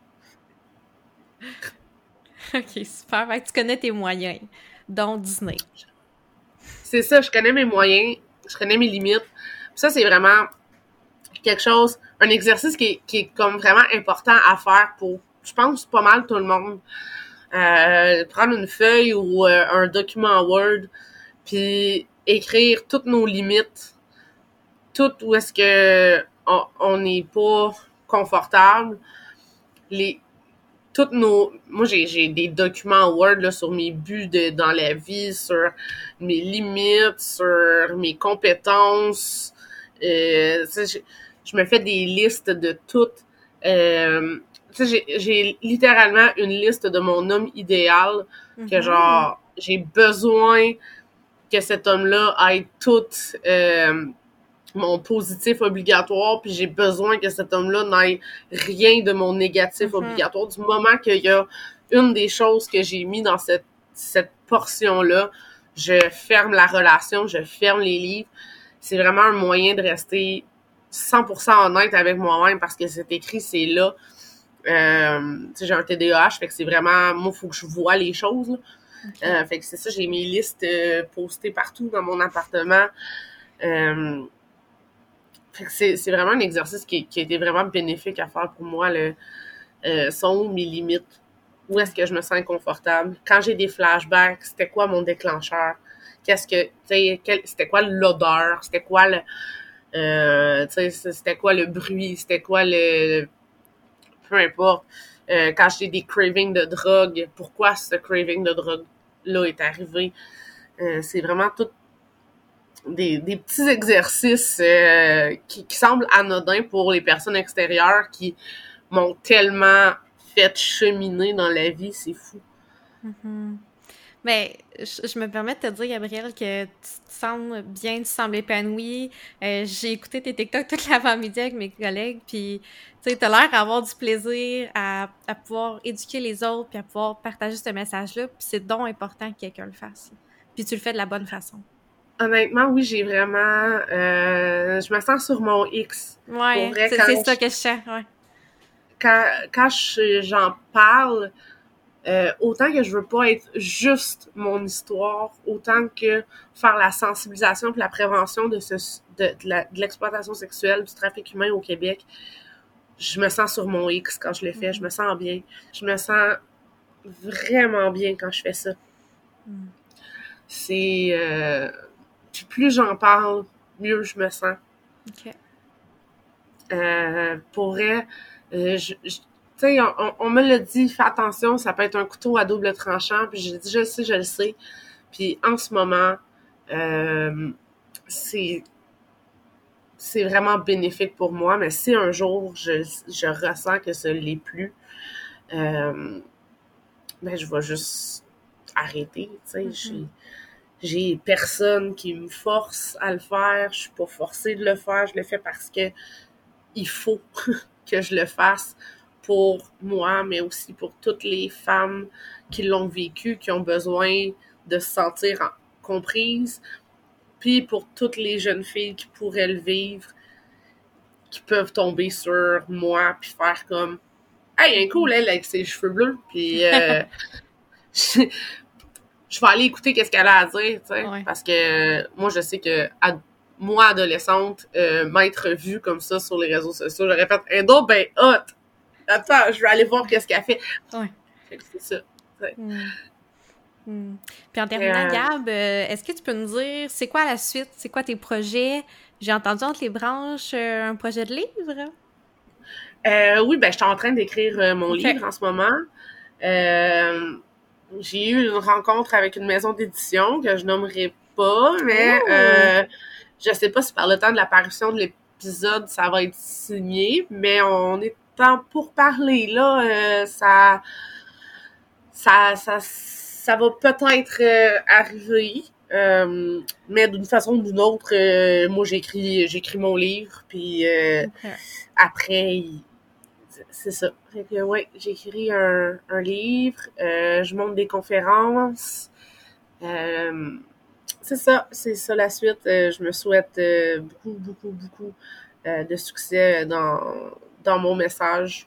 OK, super. Fait que tu connais tes moyens, dont Disney. C'est ça, je connais mes moyens, je connais mes limites. Puis ça, c'est vraiment quelque chose, un exercice qui est comme vraiment important à faire pour, je pense, pas mal tout le monde. Prendre une feuille ou un document Word, puis écrire toutes nos limites, tout où est-ce que on n'est pas confortable, moi j'ai des documents Word là sur mes buts dans la vie, sur mes limites, sur mes compétences. Je me fais des listes de toutes. J'ai littéralement une liste de mon homme idéal que genre j'ai besoin que cet homme-là ait tout mon positif obligatoire, puis j'ai besoin que cet homme-là n'ait rien de mon négatif obligatoire. Du moment qu'il y a une des choses que j'ai mis dans cette portion-là, je ferme la relation, je ferme les livres. C'est vraiment un moyen de rester 100% honnête avec moi-même parce que c'est écrit, c'est là. J'ai un TDAH, fait que c'est vraiment... Moi, il faut que je vois les choses, là. Okay. Fait que c'est ça, j'ai mes listes postées partout dans mon appartement. Fait que c'est vraiment un exercice qui a été vraiment bénéfique à faire pour moi. Sont mes limites? Où est-ce que je me sens inconfortable? Quand j'ai des flashbacks, c'était quoi mon déclencheur? C'était quoi l'odeur? C'était quoi c'était quoi le bruit? C'était quoi peu importe. Quand j'ai des cravings de drogue, pourquoi ce craving de drogue-là est arrivé? C'est vraiment tout des petits exercices qui semblent anodins pour les personnes extérieures qui m'ont tellement fait cheminer dans la vie, c'est fou. Mais je me permets de te dire, Gabrielle, que tu te sens bien, tu sembles épanouie. J'ai écouté tes TikTok toute l'avant-midi avec mes collègues, puis tu sais, t'as l'air d'avoir du plaisir à pouvoir éduquer les autres, puis à pouvoir partager ce message-là, puis c'est donc important que quelqu'un le fasse. Puis tu le fais de la bonne façon. Honnêtement, oui, j'ai vraiment... je me sens sur mon X. Ouais, c'est ça que je sens, ouais. Quand j'en parle... autant que je veux pas être juste mon histoire, autant que faire la sensibilisation et la prévention de l'exploitation sexuelle, du trafic humain au Québec, je me sens sur mon X quand je le fais, je me sens bien. Je me sens vraiment bien quand je fais ça. C'est... puis plus j'en parle, mieux je me sens. OK. Pour vrai, tu sais, on me l'a dit, fais attention, ça peut être un couteau à double tranchant. Puis j'ai dit, je le sais. Puis en ce moment, c'est c'est vraiment bénéfique pour moi, mais si un jour je ressens que ce l'est plus, ben je vais juste arrêter, tu sais. J'ai personne qui me force à le faire, je suis pas forcée de le faire, je le fais parce que il faut que je le fasse pour moi, mais aussi pour toutes les femmes qui l'ont vécu, qui ont besoin de se sentir comprises, puis pour toutes les jeunes filles qui pourraient le vivre, qui peuvent tomber sur moi, puis faire comme « Hey, un cool, elle, avec ses cheveux bleus, puis je vais aller écouter qu'est-ce qu'elle a à dire, tu sais, parce que moi, je sais que moi, adolescente, m'être vue comme ça sur les réseaux sociaux, j'aurais fait un dos ben hot. Attends, je vais aller voir qu'est-ce qu'elle fait. Ouais. Fait que c'est ça. Puis en terminant, Gab, est-ce que tu peux nous dire c'est quoi la suite? C'est quoi tes projets? J'ai entendu entre les branches un projet de livre? Oui, ben je suis en train d'écrire mon livre en ce moment. J'ai eu une rencontre avec une maison d'édition que je nommerai pas, mais je sais pas si par le temps de l'apparition de l'épisode, ça va être signé, mais on est en pourparlers, là. Ça va peut-être arriver, mais d'une façon ou d'une autre, moi j'écris mon livre, puis après, c'est ça. Fait que ouais, j'écris un livre, je monte des conférences, c'est ça la suite. Je me souhaite beaucoup de succès dans mon message.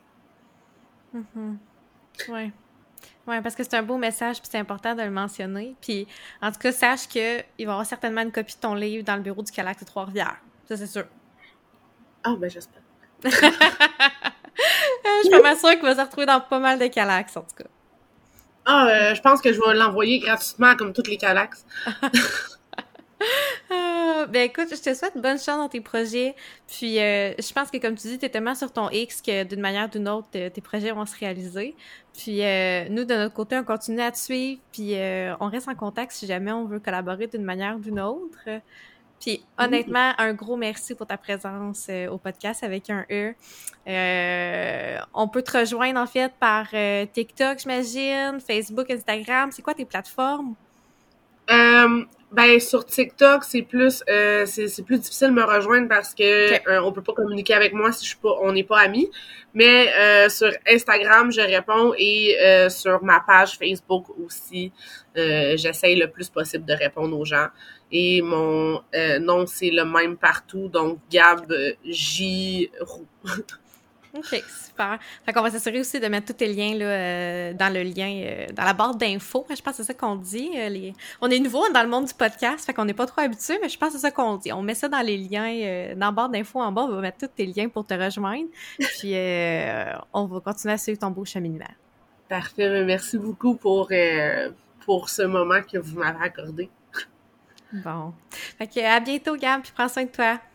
Ouais. Oui, parce que c'est un beau message, puis c'est important de le mentionner. Puis, en tout cas, sache qu'il va y avoir certainement une copie de ton livre dans le bureau du Calax de Trois-Rivières. Ça, c'est sûr. Ah, ben j'espère. Je suis pas mal sûre qu'il va se retrouver dans pas mal de Calax, en tout cas. Ah, je pense que je vais l'envoyer gratuitement, comme toutes les Calax. Ben écoute, je te souhaite bonne chance dans tes projets. Puis je pense que comme tu dis, t'es tellement sur ton X que d'une manière ou d'une autre, tes projets vont se réaliser. Puis nous, de notre côté, on continue à te suivre. Puis on reste en contact si jamais on veut collaborer d'une manière ou d'une autre. Puis honnêtement, un gros merci pour ta présence au podcast avec un E. On peut te rejoindre en fait par TikTok, j'imagine, Facebook, Instagram. C'est quoi tes plateformes? Ben sur TikTok, c'est plus difficile de me rejoindre parce que on peut pas communiquer avec moi si on n'est pas amis. Mais sur Instagram, je réponds et sur ma page Facebook aussi, j'essaye le plus possible de répondre aux gens. Et mon nom, c'est le même partout, donc Gab J. Roux. OK, super. Fait qu'on va s'assurer aussi de mettre tous tes liens là, dans le lien, dans la barre d'infos. Je pense que c'est ça qu'on dit. On est nouveau dans le monde du podcast, fait qu'on n'est pas trop habitué, mais je pense que c'est ça qu'on dit. On met ça dans les liens, dans la barre d'infos en bas, on va mettre tous tes liens pour te rejoindre. Puis on va continuer à suivre ton beau cheminement. Parfait, merci beaucoup pour ce moment que vous m'avez accordé. Bon. Fait que à bientôt, Gab, puis prends soin de toi.